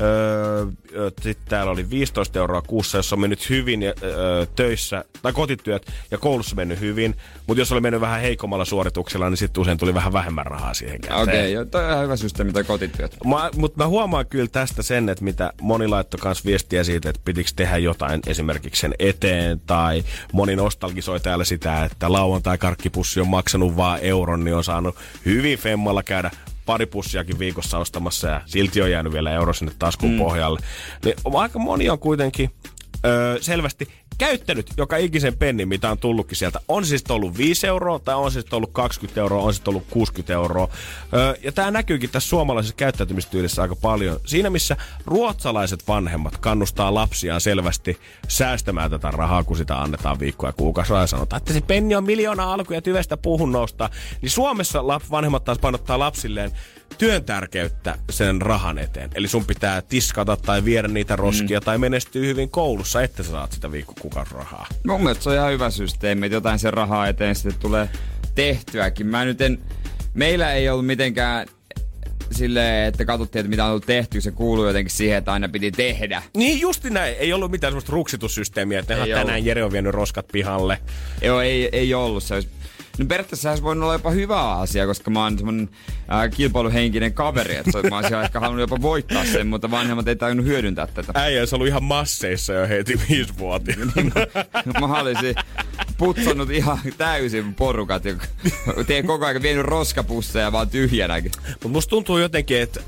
Sitten täällä oli 15 euroa kuussa, jos on mennyt hyvin töissä, tai kotityöt ja koulussa mennyt hyvin. Mutta jos oli mennyt vähän heikommalla suorituksella, niin sitten usein tuli vähän vähemmän rahaa siihen käteen. Okei, toi on ihan hyvä systeemi toi kotityöt. Mutta mä huomaan kyllä tästä sen, että mitä moni laittoi kanssa viestiä siitä, että pitikö tehdä jotain esimerkiksi sen eteen. Tai moni nostalgisoi täällä sitä, että lauantai-karkkipussi on maksanut vaan euron, niin on saanut hyvin femmalla käydä pari pussiakin viikossa ostamassa ja silti on jäänyt vielä euro sinne taskun pohjalle. Niin aika moni on kuitenkin selvästi käyttänyt joka ikisen pennin, mitä on tullutkin sieltä. On siis ollut 5 euroa, tai on siis ollut 20 euroa, on siis ollut 60 euroa. Ja tää näkyykin tässä suomalaisessa käyttäytymistyylissä aika paljon. Siinä, missä ruotsalaiset vanhemmat kannustaa lapsiaan selvästi säästämään tätä rahaa, kun sitä annetaan viikkoa ja kuukausi. Ja sanotaan, että se penni on 1 000 000 alku ja tyvestä puuhun nostaa. Niin Suomessa vanhemmat taas painottaa lapsilleen työn tärkeyttä sen rahan eteen. Eli sun pitää tiskata tai viedä niitä roskia tai menestyä hyvin koulussa, että sä saat sitä viikkokuukausirahaa. Mun mielestä se on ihan hyvä systeemi, että jotain sen rahaa eteen sitten tulee tehtyäkin. Meillä ei ollut mitenkään silleen, että katsottiin, että mitä on ollut tehty, se kuuluu jotenkin siihen, että aina piti tehdä. Niin justi näin. Ei ollut mitään semmoista ruksitussysteemiä, että tänään Jere on vienyt roskat pihalle. Joo, ei ollut. Se olisi, no periaatteessa se olisi voinut olla jopa hyvä asia, koska mä oon semmonen kilpailuhenkinen kaveri, että mä olisin ehkä halunnut jopa voittaa sen, mutta vanhemmat ei tajunnut hyödyntää tätä. Äijä olisi ollut ihan masseissa jo heti 5-vuotiaana. Niin mä olisin putsannut ihan täysin porukat ja teen koko ajan vienyt roskapusseja vaan tyhjänäkin. Mutta musta tuntuu jotenkin, että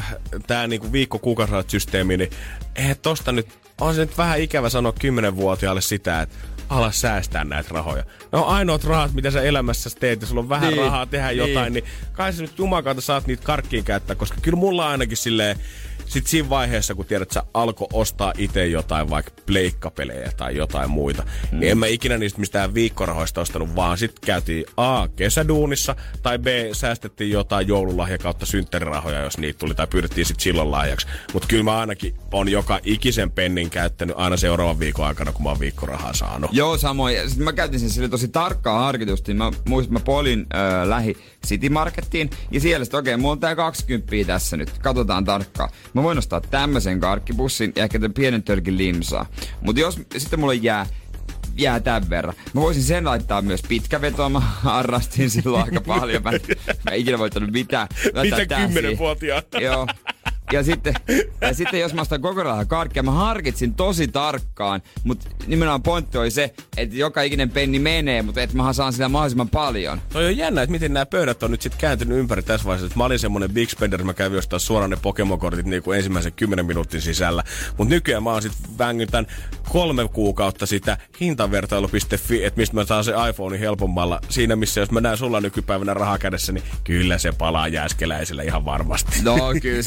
tää niinku viikko-kuukausisysteemi, niin eihän tosta nyt, on se nyt vähän ikävä sanoa 10-vuotiaalle sitä, että ala säästää näitä rahoja. No ainoat rahat, mitä sä elämässä teet, ja sulla on vähän rahaa tehdä jotain, niin kai sä nyt jumakauta saat niitä karkkiin käyttää, koska kyllä mulla ainakin silleen, sit siinä vaiheessa, kun tiedät, että sä alkoi ostaa itse jotain, vaikka pleikkapelejä tai jotain muita, niin en mä ikinä niistä mistään viikkorahoista ostanut, vaan sit käytiin A, kesäduunissa, tai B, säästettiin jotain joululahja kautta synttärirahoja, jos niitä tuli, tai pyydettiin sit silloin lahjaksi. Mut kyllä mä ainakin on joka ikisen pennin käyttänyt aina seuraavan viikon aikana, kun mä oon viikkorahaa saanut. Joo, samoin. Sitten mä käytin sen sille tosi tarkkaan harkitusti. Mä muistin, mä polin lähi City Markettiin, ja siellä sitten mulla on tää 20 tässä nyt. Katsotaan tarkkaan. Mä voin ostaa tämmösen karkkipussin ja ehkä tämän pienen tölkin limsaa. Mutta jos sitten mulle jää tämän verran. Mä voisin sen laittaa myös pitkävetoa. Mä harrastin silloin aika paljon. Mä en ikinä voittanut mitään. Mitä 10-vuotiaana? Joo. Ja sitten jos mä ostan koko rahaa karkkia, mä harkitsin tosi tarkkaan, mutta nimenomaan pointti oli se, että joka ikinen penni menee, mutta että mä saan sitä mahdollisimman paljon. Toi on jännä, että miten nämä pöydät on nyt sit kääntynyt ympäri tässä vaiheessa. Että mä olin semmonen big spender, mä kävin ostaa suoraan ne Pokemon-kortit niin kuin ensimmäisen 10 minuutin sisällä. Mutta nykyään mä oon sit vängyn 3 kuukautta sitä hintavertailu.fi, että mistä mä saan se iPhone helpommalla. Siinä missä jos mä näen sulla nykypäivänä rahaa kädessä, niin kyllä se palaa jääskeläisellä ihan varmasti. No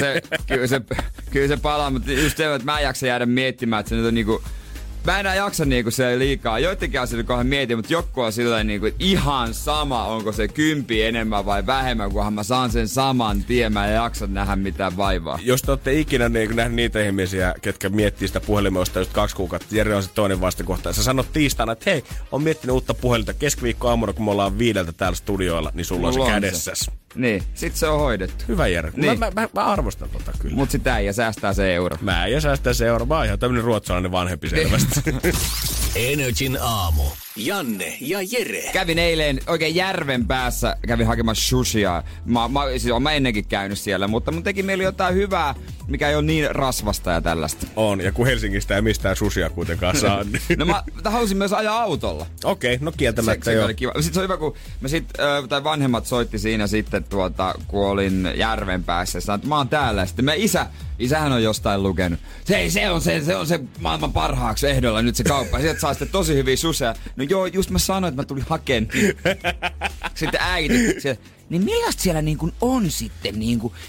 Kyllä se palaa, mutta just se, että mä en jaksa jäädä miettimään, että se nyt on niinku... Mä enää jaksa niinku se liikaa. Joidenkin asioiden kohdalla mietin, mutta joku on silleen niinku, että ihan sama, onko se 10 enemmän vai vähemmän, kunhan mä saan sen saman tien. Mä en jaksa nähdä mitään vaivaa. Jos te ootte ikinä niin nähnyt niitä ihmisiä, ketkä miettii sitä puhelimesta just 2 kuukautta, Jere on se toinen vastakohta. Sä sanot tiistaina, että hei, on miettinyt uutta puhelinta keskiviikko aamuna, kun me ollaan 5 täällä studioilla, niin sulla on se kädessäs. Niin, sit se on hoidettu. Hyvä Jere. Niin. Mä arvostan tota kyllä. Mut sit äijä säästää se euro. Mä äijä säästää se euro. Mä oon ihan tämmönen ruotsalainen vanhempi selvästi. Energin aamu. Janne ja Jere. Kävin eilen oikein järven päässä, kävin hakemassa sushia. Siis olen ennenkin käynyt siellä, mutta mun teki mieli jotain hyvää, mikä ei ole niin rasvasta ja tällaista. On, ja kun Helsingistä ei mistään sushia kuitenkaan saa. Niin. No mä halusin myös ajaa autolla. Okei, no kieltämättä joo. Se oli kiva. Sitten se on hyvä, kun tai vanhemmat soitti siinä sitten kun olin järven päässä. Sanoin, että mä oon täällä. Sitten isähän on jostain lukenut. Se on se maailman parhaaksi ehdolla nyt se kauppa. Sieltä saa sitten tosi hyviä suseja. No joo, just mä sanoin, että mä tulin hakemaan. Sitten äiti siellä, niin millaista siellä niin kuin on sitten? Niin kuin,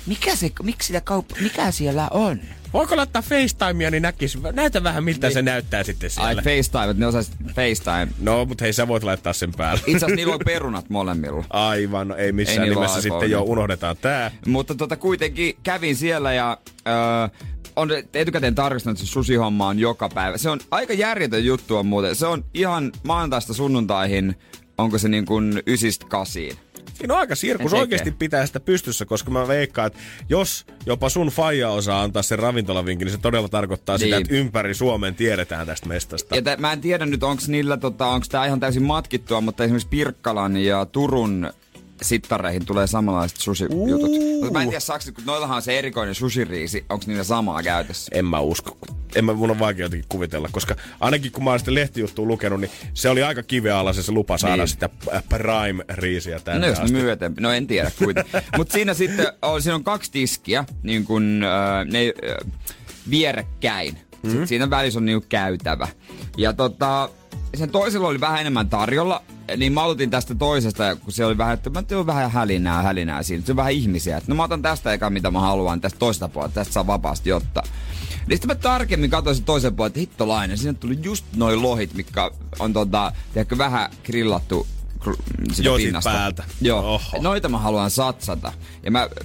mikä siellä on? Voiko laittaa FaceTimea, niin näkis. Näytä vähän, miltä se näyttää sitten siellä. Ai FaceTime, ne osais FaceTime. No, mutta hei, sä voit laittaa sen päälle. Itse asiassa niillä on perunat molemmilla. Aivan, no ei missään nimessä sitten jo unohdetaan tää. Mutta kuitenkin kävin siellä ja on etukäteen tarkistanut, että se sushi-homma on joka päivä. Se on aika järjetön juttu on muuten. Se on ihan maanantaista sunnuntaihin, onko se niin kuin 9-8. Siinä on aika sirkus oikeasti pitää sitä pystyssä, koska mä veikkaan, että jos jopa sun faija osaa antaa sen ravintolavinkin, niin se todella tarkoittaa sitä, että ympäri Suomen tiedetään tästä mestasta. Ja mä en tiedä nyt, onko niillä, onko tää ihan täysin matkittua, mutta esimerkiksi Pirkkalan ja Turun sittareihin tulee samanlaiset sushi-jutut. Mutta mä en tiedä, kun noillahan on se erikoinen sushi-riisi, onko niillä samaa käytössä? En mä usko. Mun on vaikea jotenkin kuvitella, koska ainakin kun mä oon sitä lehtijuttua lukenut, niin se oli aika kiveä alla se lupa saada sitä Prime-riisiä tänne asti. No en tiedä kuitenkin. Mutta siinä sitten siinä on 2 tiskiä, niin kuin ne vierekkäin. Siinä välissä on niinku käytävä. Ja sen toisella oli vähän enemmän tarjolla, niin mä aloitin tästä toisesta, kun se oli vähän, että mä tein vähän hälinää siinä. Se on vähän ihmisiä. Että no mä otan tästä eka, mitä mä haluan, tästä toista puolta, tästä saa vapaasti ottaa. Niin sitten mä tarkemmin katsoin sen toisen puolella, että hittolainen, siinä tuli just noi lohit, mitkä on tiedätkö, vähän grillattu sitä pinnasta. Päältä. Joo, noita mä haluan satsata. Ja mä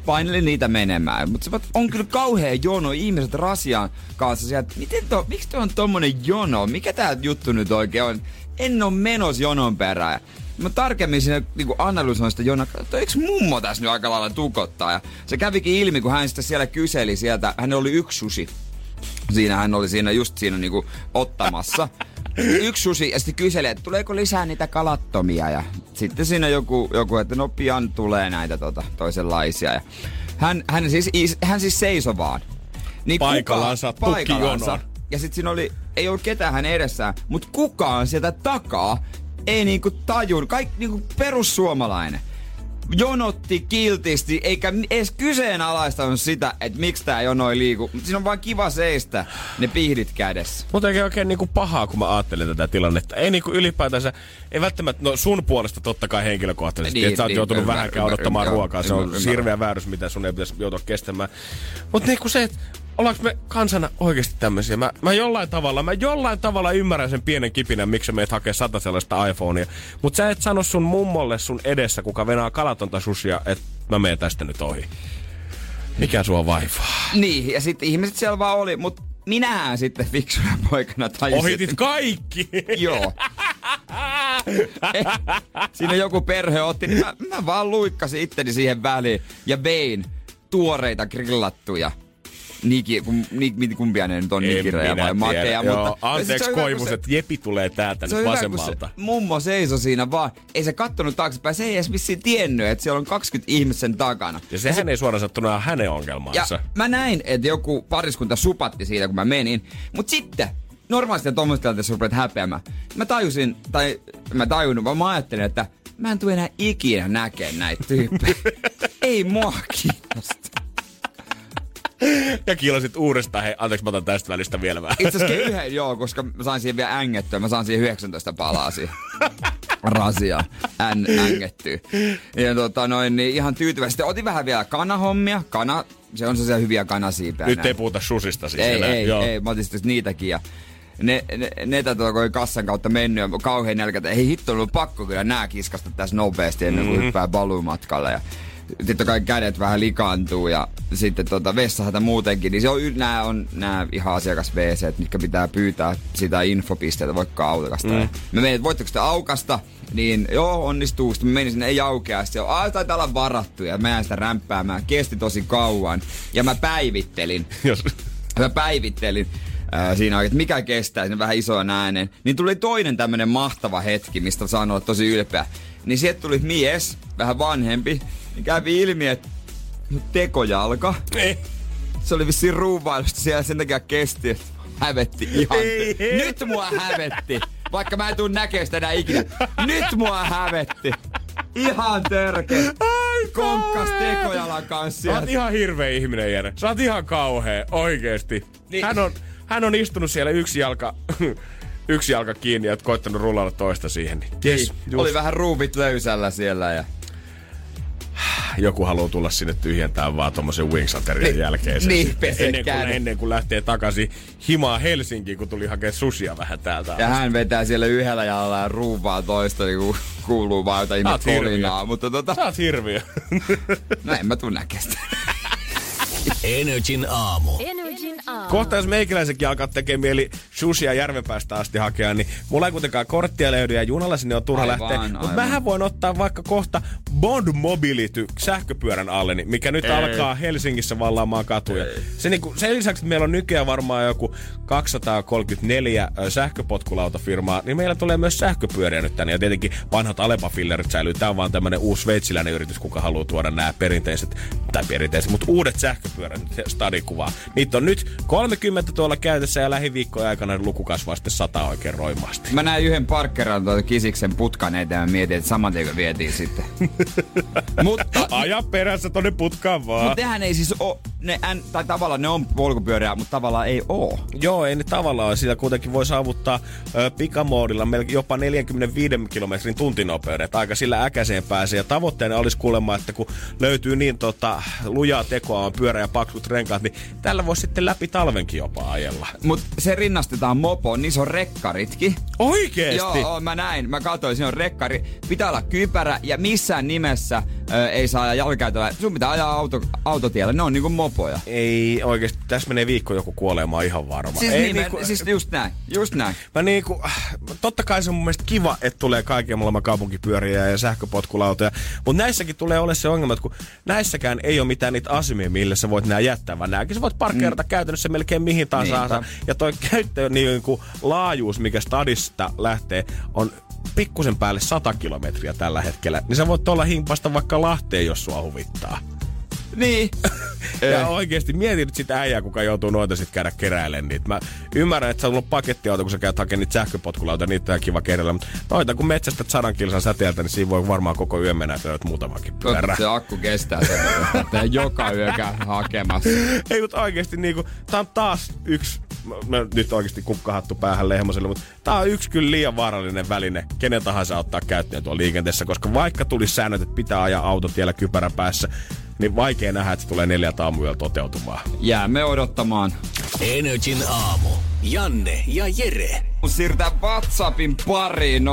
painelin niitä menemään. Mutta on kyllä kauhea jono ihmiset rasian kanssa sieltä. Miksi tuo on tommonen jono? Mikä tää juttu nyt oikein on? En oo menos jonon perään. Mä tarkemmin siinä niinku analysoin sitä jonoa, että eikö mummo tässä nyt aika lailla tukottaa? Ja se kävikin ilmi, kun hän sitä siellä kyseli sieltä. Hän oli yksi susi. Hän oli just siinä niinku ottamassa. Yksi susi ja sitten kyseli, että tuleeko lisää niitä kalattomia. Ja sitten siinä joku että no pian tulee näitä toisenlaisia. Ja hän siis seisoi vaan. Niin paikallaansa tukki jonon. Ja sitten siinä ei ollut ketään hän edessään, mutta kukaan sieltä takaa ei niinku tajun. Kaikki niinku perussuomalainen. Jonotti kiltisti, eikä edes kyseenalaistanut sitä, että miksi tää jono ei liiku. Siinä on vaan kiva seistä ne pihdit kädessä. Mutta ei oikein niinku pahaa, kun mä ajattelen tätä tilannetta. Ei niinku ylipäätänsä, ei välttämättä, no sun puolesta totta kai henkilökohtaisesti, että sä oot joutunut vähänkään odottamaan ruokaa. Se on hirveä väärys, mitä sun ei pitäisi joutua kestämään. Mutta niinku se, että ollaanko me kansana oikeasti tämmöisiä? Mä jollain tavalla ymmärrän sen pienen kipinän, miksi sä meet hakee 100 sellaista iPhonea. Mutta sä et sano sun mummolle sun edessä, kuka venää kalatonta susia, että mä menen tästä nyt ohi. Mikä sua vaivaa? Niin, ja sitten ihmiset siellä vaan oli, mutta minähän sitten fiksuna poikana tajusin. Ohitit kaikki! Joo. Siinä joku perhe otti, niin mä vaan luikkasin itteni siihen väliin ja vein tuoreita grillattuja. Kumpia ne nyt on, Nikirejä vai Makeja. Mutta anteeksi Koivus, että Jepi tulee täältä nyt vasemmalta. Mummo seisoi siinä vaan. Ei se kattonut taaksepäin. Se ei edes vissiin tiennyt, että siellä on 20 ihmistä sen takana. Ja sehän ei suoraan sattuna ole hänen ongelmansa. Ja mä näin, että joku pariskunta supatti siitä, kun mä menin. Mut sitten normaalisti tuommoista tilanteessa rupeat häpeämään. Mä ajattelin, että mä en tule enää ikinä näkemään näitä tyyppejä. Ei mua kiinnosta. Ja kiilasit uudestaan, hei, anteeksi, mä otan tästä välistä vielä vähän. Itse asiassa yhden, joo, koska mä sain siihen vielä ängettyä. Mä saan siihen 19 palaa siihen rasiaa ängettyä. Ja niin ihan tyytyvästi. Otin vähän vielä kanahommia. Se on sellaisia hyviä kanasiipeä. Nyt ei puhuta susista siis Ei, mä otin sitten niitäkin ja ne kun oli kassan kautta mennyt ja kauhean nälkä, että ei hitto ollut pakko kyllä nää kiskasta tässä nopeasti ennen kuin hyppää paluumatkalle. Ja sitten kai kädet vähän likaantuu ja sitten vessahätä muutenkin, niin se on nää ihan asiakas WC, mitkä pitää pyytää sitä infopisteitä vaikka aukasta. Mä menin, että voitteko sitä aukasta? Niin joo, onnistuu. Sitten mä menin sinne, ei aukea. Sitten taitaa olla varattu ja mä jäin sitä rämpäämään. Kesti tosi kauan. Ja mä päivittelin. Siinä että mikä kestää, siinä vähän isoin ääneen. Niin tuli toinen tämmönen mahtava hetki, mistä saan olla tosi ylpeä. Niin sieltä tuli mies, vähän vanhempi, niin kävi ilmi, että tekojalka. Se oli vissiin ruuvailusta siellä, sen takia kesti, että hävetti ihan. Nyt mua hävetti, vaikka mä en tuu näkemään sitä enää ikinä. Nyt mua hävetti. Ihan törkeä. Konkkas tekojalan kanssa. Sä oot ihan hirveä ihminen, Jere. Sä oot ihan kauhea, oikeesti. Niin. Hän on istunut siellä yksi jalka kiinni ja koittanut rullata toista siihen. Yes, oli vähän ruuvit löysällä siellä ja joku haluaa tulla sinne tyhjentää vaan tommosen Wings-aterian jälkeen. Niin, ennen kuin lähtee takaisin himaan Helsinkiin, kun tuli hakea susia vähän täältä. Ja hän vetää siellä yhdellä jalalla ja ruuvaa toista, niin kuuluu vaan jotain ihme kolinaa. Mutta Sä oot hirviö. No en mä tuu näkestä. Energin aamu. Kohta jos meikäläisenkin alkaa tekee mieli susia Järvenpäästä asti hakea, niin mulla ei kuitenkaan korttia löydy ja junalla sinne on turha lähteä. Mutta mähän voin ottaa vaikka kohta Bond Mobility sähköpyörän alle, mikä nyt alkaa Helsingissä vallaamaan katuja. Sen lisäksi, että meillä on nykyään varmaan joku 234 sähköpotkulautafirmaa, niin meillä tulee myös sähköpyöriä nyt tänne. Ja tietenkin vanhat Alepa-fillerit säilyy. Tää on vaan tämmönen uusi sveitsiläinen yritys, kuka haluaa tuoda nämä perinteiset, mutta uudet sähköpyörät stadikuvaa. Niitä on nyt 30 tuolla käytössä ja lähiviikkojen aikana luku kasvaa sitten 100 oikein roimaasti. Mä näin yhden parkkeran Kisiksen putkan eteen ja mietin, että saman tien vietiin sitten. Mutta aja perässä tonne putkaan vaan. Mutta nehän ei siis oo, tai tavallaan ne on polkupyöriä, mutta tavallaan ei oo. Joo, ei ne tavallaan ole. Sillä kuitenkin voi saavuttaa pikamoodilla jopa 45 kilometrin tuntinopeudet. Aika sillä äkäiseen pääsee. Ja tavoitteena olisi kuulemma, että kun löytyy niin lujaa tekoa on pyörä ja paksut renkaat, niin tällä voisi sitten läpi talvenkin jopa ajella. Mut se rinnastetaan mopoon, niin se on rekkaritkin. Oikeesti? Joo, mä näin. Mä katsoin, siinä on rekkari. Pitää olla kypärä ja missään nimessä ei saa ajaa jalkakäytävällä. Sun pitää ajaa autotiellä. Ne on niinku mopoja. Ei oikeesti. Tässä menee viikko joku kuolemaan ihan varma. Siis, ei, siis just näin. Mä totta kai se on mun mielestä kiva, että tulee kaiken maailman kaupunkipyöriä ja sähköpotkulautoja. Mutta näissäkin tulee ole se ongelma, että kun näissäkään ei ole mitään niitä asemia, millä sä voit nää jättää, vaan nääkin sä voit parkkeerata käytännössä melkein mihin tahansa. Ja toi käyttö laajuus, mikä stadista lähtee, on pikkusen päälle 100 kilometriä tällä hetkellä. Niin sä voit olla himpasta vaikka Lahteen, jos sua huvittaa. Niin. Ja oikeesti mietin nyt sitä äijää, kuka joutuu noita sit käydä keräilemään niitä. Mä ymmärrän, että sä on ollut pakettiauto, kun sä käyt hakemaan niitä sähköpotkulauta, niitä on kiva keräillä. Mutta noita, kun metsästät 100 kilsan säteeltä, niin siinä voi varmaan koko yön mennä, että olet muutamankin pyörä. Se akku kestää sen, joka yö käy hakemassa. Ei, mutta oikeesti niinku, tää on taas yksi, nyt oikeesti kukkahattu päähän Lehmoselle, mutta tää on yksi kyllä liian vaarallinen väline, kenen tahansa ottaa käyttöön tuolla liikenteessä, koska vaikka tulisi säännöt, että pitää ajaa autotiellä kypärä päässä, niin vaikea nähdä, että se tulee 4 aamuyöllä toteutumaan. Jäämme odottamaan. Energin aamu. Janne ja Jere. Siirrytään WhatsAppin pariin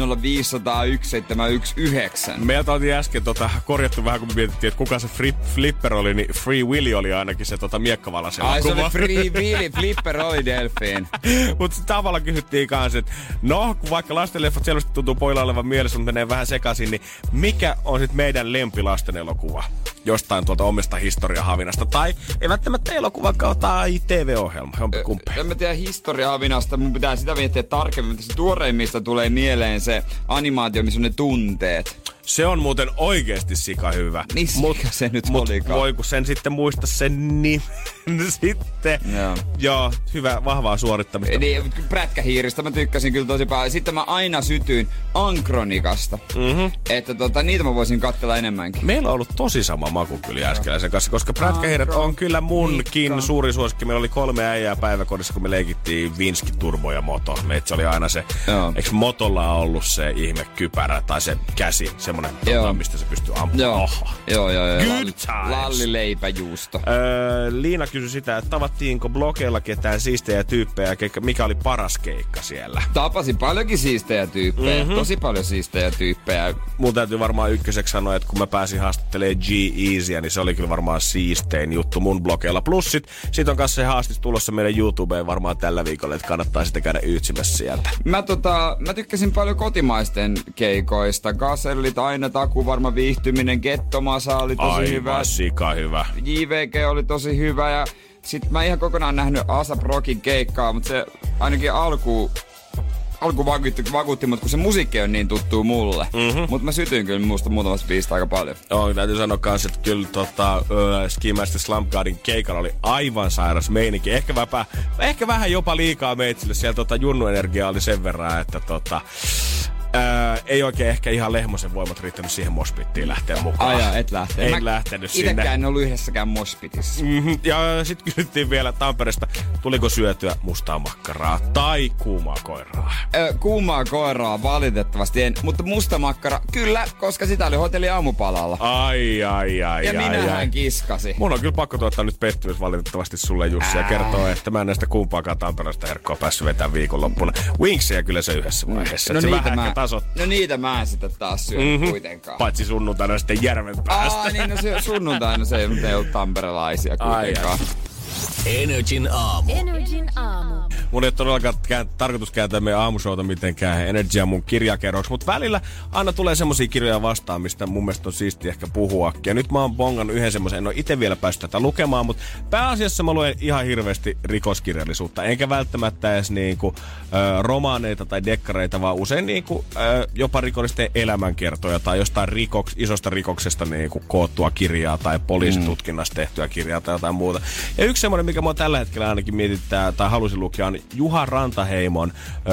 050501719. Meiltä oltiin äsken korjattu vähän, kun me mietittiin, että kuka se Flipper oli, niin Free Willy oli ainakin se miekkavallas elokuva. Ai se oli Free Willy, Flipper oli delfiin. Mutta tavallaan kysyttiin kanssa, että no, kun vaikka lastenleffat selvästi tuntuu pojilla olevan mielessä, mutta menee vähän sekaisin, niin mikä on sitten meidän lempilasten elokuva? Jostain tuolta omista historiahavinasta. Tai ei välttämättä elokuva tai TV-ohjelma. En mä tiedä historiahavinasta. Mun pitää sitä miettiä tarkemmin, mutta se tuoreimmista tulee mieleen se animaatio, missä on ne tunteet. Se on muuten oikeesti sika hyvä. Mikä se nyt olikaan? Voi kun sen sitten muista sen sitten. Joo, hyvä, vahvaa suorittamista. Niin, prätkähiiristä mä tykkäsin kyllä tosi paljon. Sitten mä aina sytyin Ankronikasta. Että niitä mä voisin katsella enemmänkin. Meillä on ollut tosi sama maku kyllä Jääskeläisen kanssa, koska prätkähiiret on kyllä munkin suuri suosikki. Meillä oli 3 äijää päiväkodissa, kun me leikittiin Vinski Turbo ja Moto. Meitä se oli aina se, eikö Motolla ollut se ihme kypärä tai se käsi, semmonen, mistä se pystyy ampumaan. Joo. Good times. Lallileipäjuusto. Liina kysyi sitä, että tavattiinko blogeilla ketään siistejä tyyppejä, mikä oli paras keikka siellä? Tapasin paljonkin siistejä tyyppejä, tosi paljon siistejä tyyppejä. Mun täytyy varmaan ykköseksi sanoa, että kun mä pääsin haastattelemaan G-Easyä, niin se oli kyllä varmaan siistein juttu mun blogeilla. Plus sit on kanssa se haastis tulossa meidän YouTubeen varmaan tällä viikolla, että kannattaa sitä käydä ytsimässä sieltä. Mä tykkäsin paljon kotimaisten keikoista. Gasellit aina, takuvarma viihtyminen, Gettomasa oli tosi hyvä. Aivan sika hyvä. JVG oli tosi hyvä ja sit mä en ihan kokonaan nähnyt A$AP Rockin keikkaa, mutta se ainakin alku vakuutti mut, kun se musiikki on niin tuttuu mulle. Mutta mä sytyin kyllä muutamasta biistä aika paljon. Täytyy sanoa kans, että kyllä Ski Master Slump Guardin keikalla oli aivan sairas meininki. Ehkä vähän jopa liikaa meitsille. Siellä junnuenergiaa oli sen verran, että ei oikein ehkä ihan Lehmosen voimat riittänyt siihen moshpittiin lähteä mukaan. Et lähtenyt. En lähtenyt sinne. Itekään en ollut yhdessäkään moshpitissä. Ja sit kysyttiin vielä Tampereesta, tuliko syötyä mustaa makkaraa tai kuumaa koiraa? Kuumaa koiraa valitettavasti en, mutta musta makkara kyllä, koska sitä oli hotelli aamupalalla. Ai. Ja minähän kiskasin. Mun on kyllä pakko tuottaa nyt pettymys valitettavasti sulle, Jussi, ja kertoa, että mä en näistä kumpaakaan Tampereesta herkkoa päässyt vetämään viikonloppuna. Wingsia kyllä se yhdessä vaiheessa. No niitä mä en sitten taas syö kuitenkaan. Paitsi sunnuntaina sitten järven päästä. Niin, no sunnuntaina se ei ollut tamperelaisia kuitenkaan. Energin aamu. Mun ei ole todellakaan tarkoitus kääntää meidän aamushowta mitenkään Energia mun kirjakerroksi, mutta välillä aina tulee semmosia kirjoja vastaan, mistä mun mielestä on siistiä ehkä puhuakin. Ja nyt mä oon bongannut yhden semmoisen, en oo ite vielä päässyt tätä lukemaan, mutta pääasiassa mä luen ihan hirveästi rikoskirjallisuutta. Enkä välttämättä edes romaaneita tai dekkareita, vaan usein jopa rikollisten elämänkertoja tai jostain isosta rikoksesta koottua kirjaa tai poliisitutkinnasta tehtyä kirjaa tai jotain muuta. Ja yksi semmoinen, mikä mua tällä hetkellä ainakin mietittää tai halusin lukea, on Juha Rantaheimon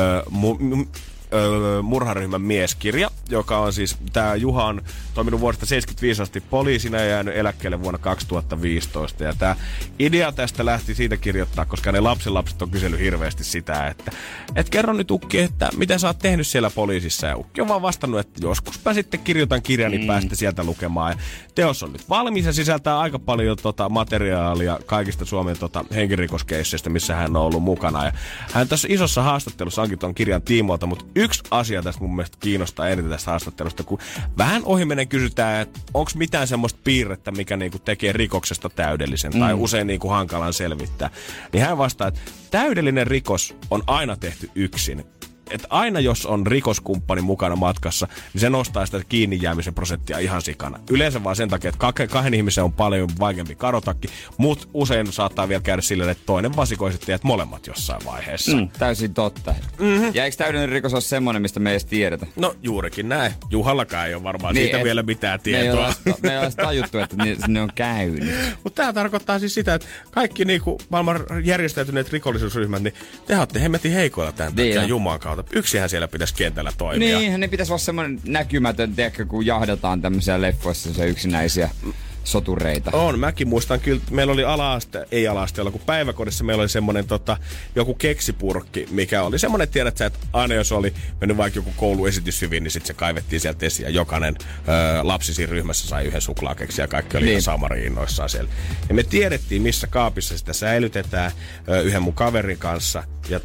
murharyhmän mieskirja, joka on siis, tää Juha on toiminut vuodesta 75 asti poliisina ja jäänyt eläkkeelle vuonna 2015. Ja tää idea tästä lähti siitä kirjoittaa, koska ne lapsenlapset on kysellyt hirveästi sitä, että kerro nyt Ukki, että mitä sä oot tehnyt siellä poliisissa. Ja Ukki on vaan vastannut, että joskuspäin sitten kirjoitan kirjan, niin päästä sieltä lukemaan. Ja teos on nyt valmis ja sisältää aika paljon materiaalia kaikista Suomen henkirikoskeisseistä, missä hän on ollut mukana. Ja hän tässä isossa haastattelussa onkin ton kirjan tiimoilta, mutta yksi asia tästä mun mielestä kiinnostaa eniten tästä haastattelusta, kun vähän ohimennen kysytään, että onko mitään semmoista piirrettä, mikä niinku tekee rikoksesta täydellisen tai usein niinku hankalan selvittää. Niin hän vastaa, että täydellinen rikos on aina tehty yksin. Että aina jos on rikoskumppani mukana matkassa, niin se nostaa sitä kiinni jäämisen prosenttia ihan sikana. Yleensä vaan sen takia, että kahden ihmisen on paljon vaikeampi kadotakin, mutta usein saattaa vielä käydä silleen, että toinen vasikoi sitten teidät molemmat jossain vaiheessa. Täysin totta. Ja eikö täydellinen rikos ole semmoinen, mistä me ei edes tiedetä? No juurikin näin. Juhallakaan ei ole varmaan siitä vielä mitään tietoa. Me ei ole tajuttu, että ne on käynyt. Mutta tämä tarkoittaa siis sitä, että kaikki niinku maailman järjestäytyneet rikollisuusryhmät, niin te olette hemmetin heikoilla tämän Jumalan kautta. Yksihän siellä pitäisi kentällä toimia. Niin, ne pitäisi olla semmoinen näkymätön, tiedätkö, kun jahdataan tämmöisiä leffoissa se yksinäisiä sotureita. On, mäkin muistan kyllä, meillä oli ei ala-asteella, kun päiväkodissa meillä oli semmoinen joku keksipurkki, mikä oli semmoinen, tiedät sä, että aina jos oli mennyt vaikka joku kouluesitys hyvin, niin sitten se kaivettiin sieltä esiin ja jokainen lapsi siinä ryhmässä sai yhden suklaakeksi ja kaikki oli ihan samari innoissaan siellä. Ja me tiedettiin, missä kaapissa sitä säilytetään yhden mun kaverin kanssa ja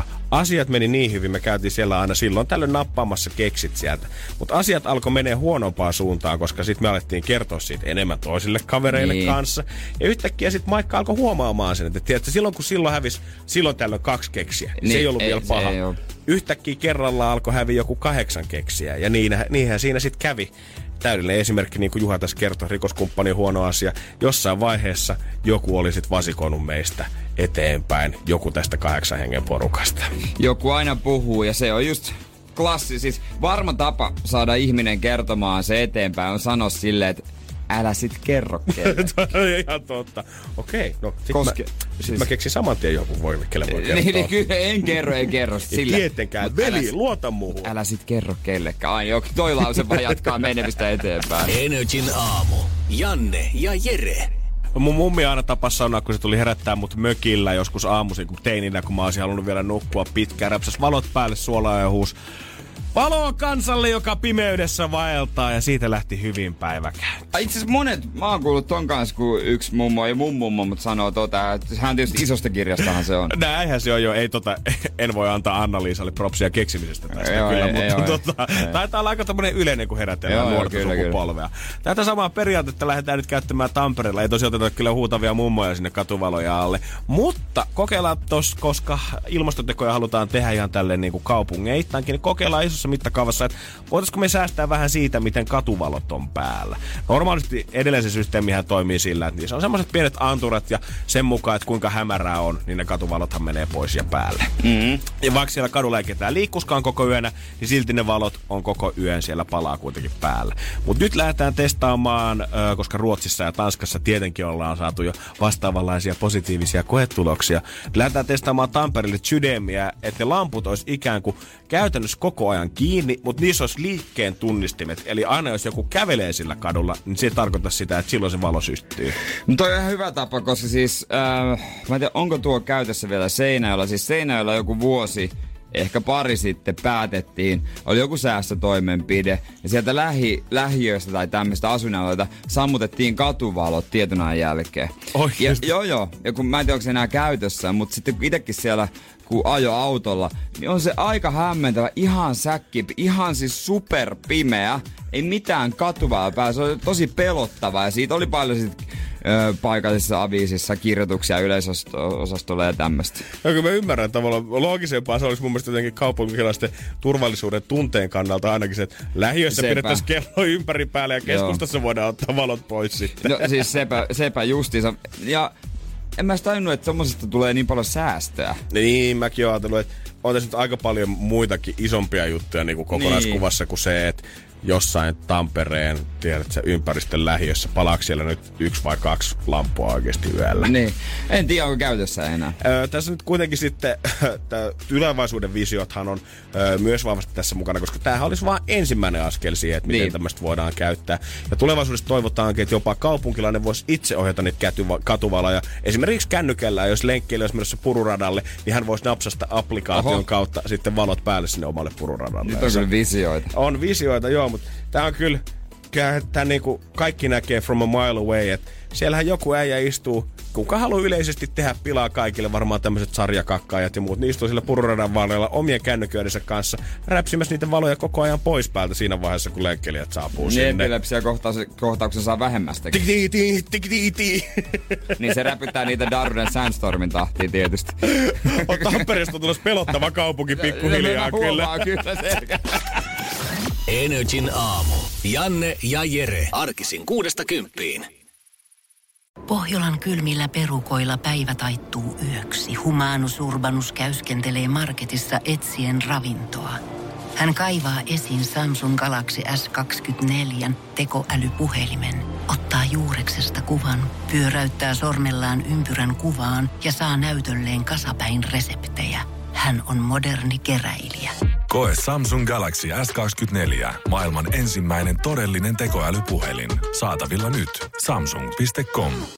asiat meni niin hyvin, me käytiin siellä aina silloin tällöin nappaamassa keksit sieltä. Mutta asiat alkoi menee huonompaan suuntaan, koska sitten me alettiin kertoa siitä enemmän toisille kavereille kanssa. Ja yhtäkkiä sitten Maikka alkoi huomaamaan sen, että tiedätkö, silloin kun silloin hävisi, silloin tällöin 2 keksiä. Niin, se ei ollut vielä paha. Yhtäkkiä kerralla alkoi häviä joku 8 keksiä ja niinhän siinä sitten kävi. Täydellinen esimerkki, niin kuin Juha tässä kertoi, rikoskumppanin huono asia. Jossain vaiheessa joku oli sitten vasikoinut meistä eteenpäin, joku tästä 8 hengen porukasta. Joku aina puhuu ja se on just siis varma tapa saada ihminen kertomaan se eteenpäin on sanoa silleen, että älä sit kerro kelle. Ihan totta. Okei, no sit mä keksin saman tien joku kelle voi kertoa. Niin, kyllä en kerro. Sillä. Tietenkään, veli, luota muuhun. Älä sit kerro kellekään. Ai joku toi lause vaan jatkaa menemistä eteenpäin. Energin aamu. Janne ja Jere. Mun mummi aina tapas sanoa, kun se tuli herättää mut mökillä joskus aamuisin, kun teininä, kun mä olisin halunnut vielä nukkua pitkään. Räpsäs valot päälle suolaa ja huus. Valoa kansalle, joka pimeydessä vaeltaa, ja siitä lähti hyvin päiväkäynti. Itse asiassa mä oon kuullut ton kanssa, kun yksi mummo, ei mun mummo, mutta sanoo että hän tietysti isosta kirjastahan se on. Näinhän se on jo, en voi antaa Anna-Liisalle propsia keksimisestä tästä joo, kyllä, mutta taitaa olla aika tämmönen yleinen, kun herätellään nuorta sukupolvea. Tätä samaa periaatetta lähdetään nyt käyttämään Tampereella, ei tosiaan oteta kyllä huutavia mummoja sinne katuvaloja alle, mutta kokeillaan tossa, koska ilmastotekoja halutaan tehdä ihan tälleen niin kuin kaupungeittainkin, niin kokeillaan isossa mittakaavassa, että voitaisiko me säästää vähän siitä, miten katuvalot on päällä. Normaalisti edelleen se systeemihän toimii sillä, että niissä on semmoiset pienet anturat ja sen mukaan, että kuinka hämärää on, niin ne katuvalothan menee pois ja päälle. Ja vaikka siellä kadulla ei ketään liikkuskaan koko yönä, niin silti ne valot on koko yön siellä palaa kuitenkin päällä. Mutta nyt lähdetään testaamaan, koska Ruotsissa ja Tanskassa tietenkin ollaan saatu jo vastaavanlaisia positiivisia koetuloksia. Lähdetään testaamaan Tampereelle sydämiä, että ne lamput olisi ikään kuin käytännössä koko ajan kiinni, mutta niissä olisi liikkeen tunnistimet. Eli aina jos joku kävelee sillä kadulla, niin se tarkoittaa sitä, että silloin se valo syttyy. No toi on ihan hyvä tapa, koska siis, mä en tiedä, onko tuo käytössä vielä Seinäjoella. Siis Seinäjoella joku vuosi, ehkä pari sitten päätettiin, oli joku säästötoimenpide, ja sieltä lähiöistä tai tämmöistä asuinalueita sammutettiin katuvalot tietyn ajan jälkeen. Joo, ja kun mä en tiedä, onko se enää käytössä, mutta sitten kun itsekin siellä kun ajo autolla, niin on se aika hämmentävä, ihan siis superpimeä, ei mitään katuvaa päällä, se oli tosi pelottavaa ja siitä oli paljon sit paikallisissa aviisissa kirjoituksia yleisosastolla ja tämmöistä. No kyllä mä ymmärrän tavallaan, loogisempaa se olisi mun mielestä jotenkin kaupunkilaisten turvallisuuden tunteen kannalta ainakin se, että lähiössä pidettäisiin kello ympäri päälle ja keskustassa voidaan ottaa valot pois sitten. No siis sepä justiinsa. Ja en mä tajunnut, että tommosesta tulee niin paljon säästöä. Niin, mäkin oon ajatellut, että on tässä nyt aika paljon muitakin isompia juttuja niin kuin kokonaiskuvassa kuin se, että jossain Tampereen, tiedätkö, ympäristön lähiössä, palaako siellä nyt 1 vai 2 lampua oikeasti yöllä? Niin, en tiedä onko käytössä enää. Tässä nyt kuitenkin sitten tulevaisuuden visiothan on myös vahvasti tässä mukana, koska tämähän olisi vain ensimmäinen askel siihen, että miten tämmöistä voidaan käyttää. Ja tulevaisuudessa toivotaankin, että jopa kaupunkilainen voisi itse ohjata niitä katuvaloja. Esimerkiksi kännykällä, jos lenkkeilijä olisi menossa pururadalle, niin hän voisi napsasta applikaation kautta sitten valot päälle sinne omalle pururadalle. Nyt on kyllä visioita. On visioita, joo, mutta tää on kyllä kyllähän niinku kaikki näkee from a mile away, että siellähän joku äijä istuu, kuka haluaa yleisesti tehdä pilaa kaikille, varmaan tämmöiset sarjakakkaajat ja muut, niin istuu sillä pururadan vaaleilla omien kännyköidensä kanssa, räpsimässä niitä valoja koko ajan pois päältä siinä vaiheessa, kun lenkkelijät saapuu sinne. Epilepsia kohtauksen saa vähemmästäkin. Niin se räpyttää niitä Daruden Sandstormin tahtiin tietysti. On Tampereesta tulossa pelottava kaupunki pikkuhiljaa kyllä. Energin aamu. Janne ja Jere. Arkisin 6–10. Pohjolan kylmillä perukoilla päivä taittuu yöksi. Humanus Urbanus käyskentelee marketissa etsien ravintoa. Hän kaivaa esiin Samsung Galaxy S24 tekoälypuhelimen, ottaa juureksesta kuvan, pyöräyttää sormellaan ympyrän kuvaan ja saa näytölleen kasapäin reseptejä. Hän on moderni keräilijä. Koe Samsung Galaxy S24. Maailman ensimmäinen todellinen tekoälypuhelin. Saatavilla nyt. Samsung.com.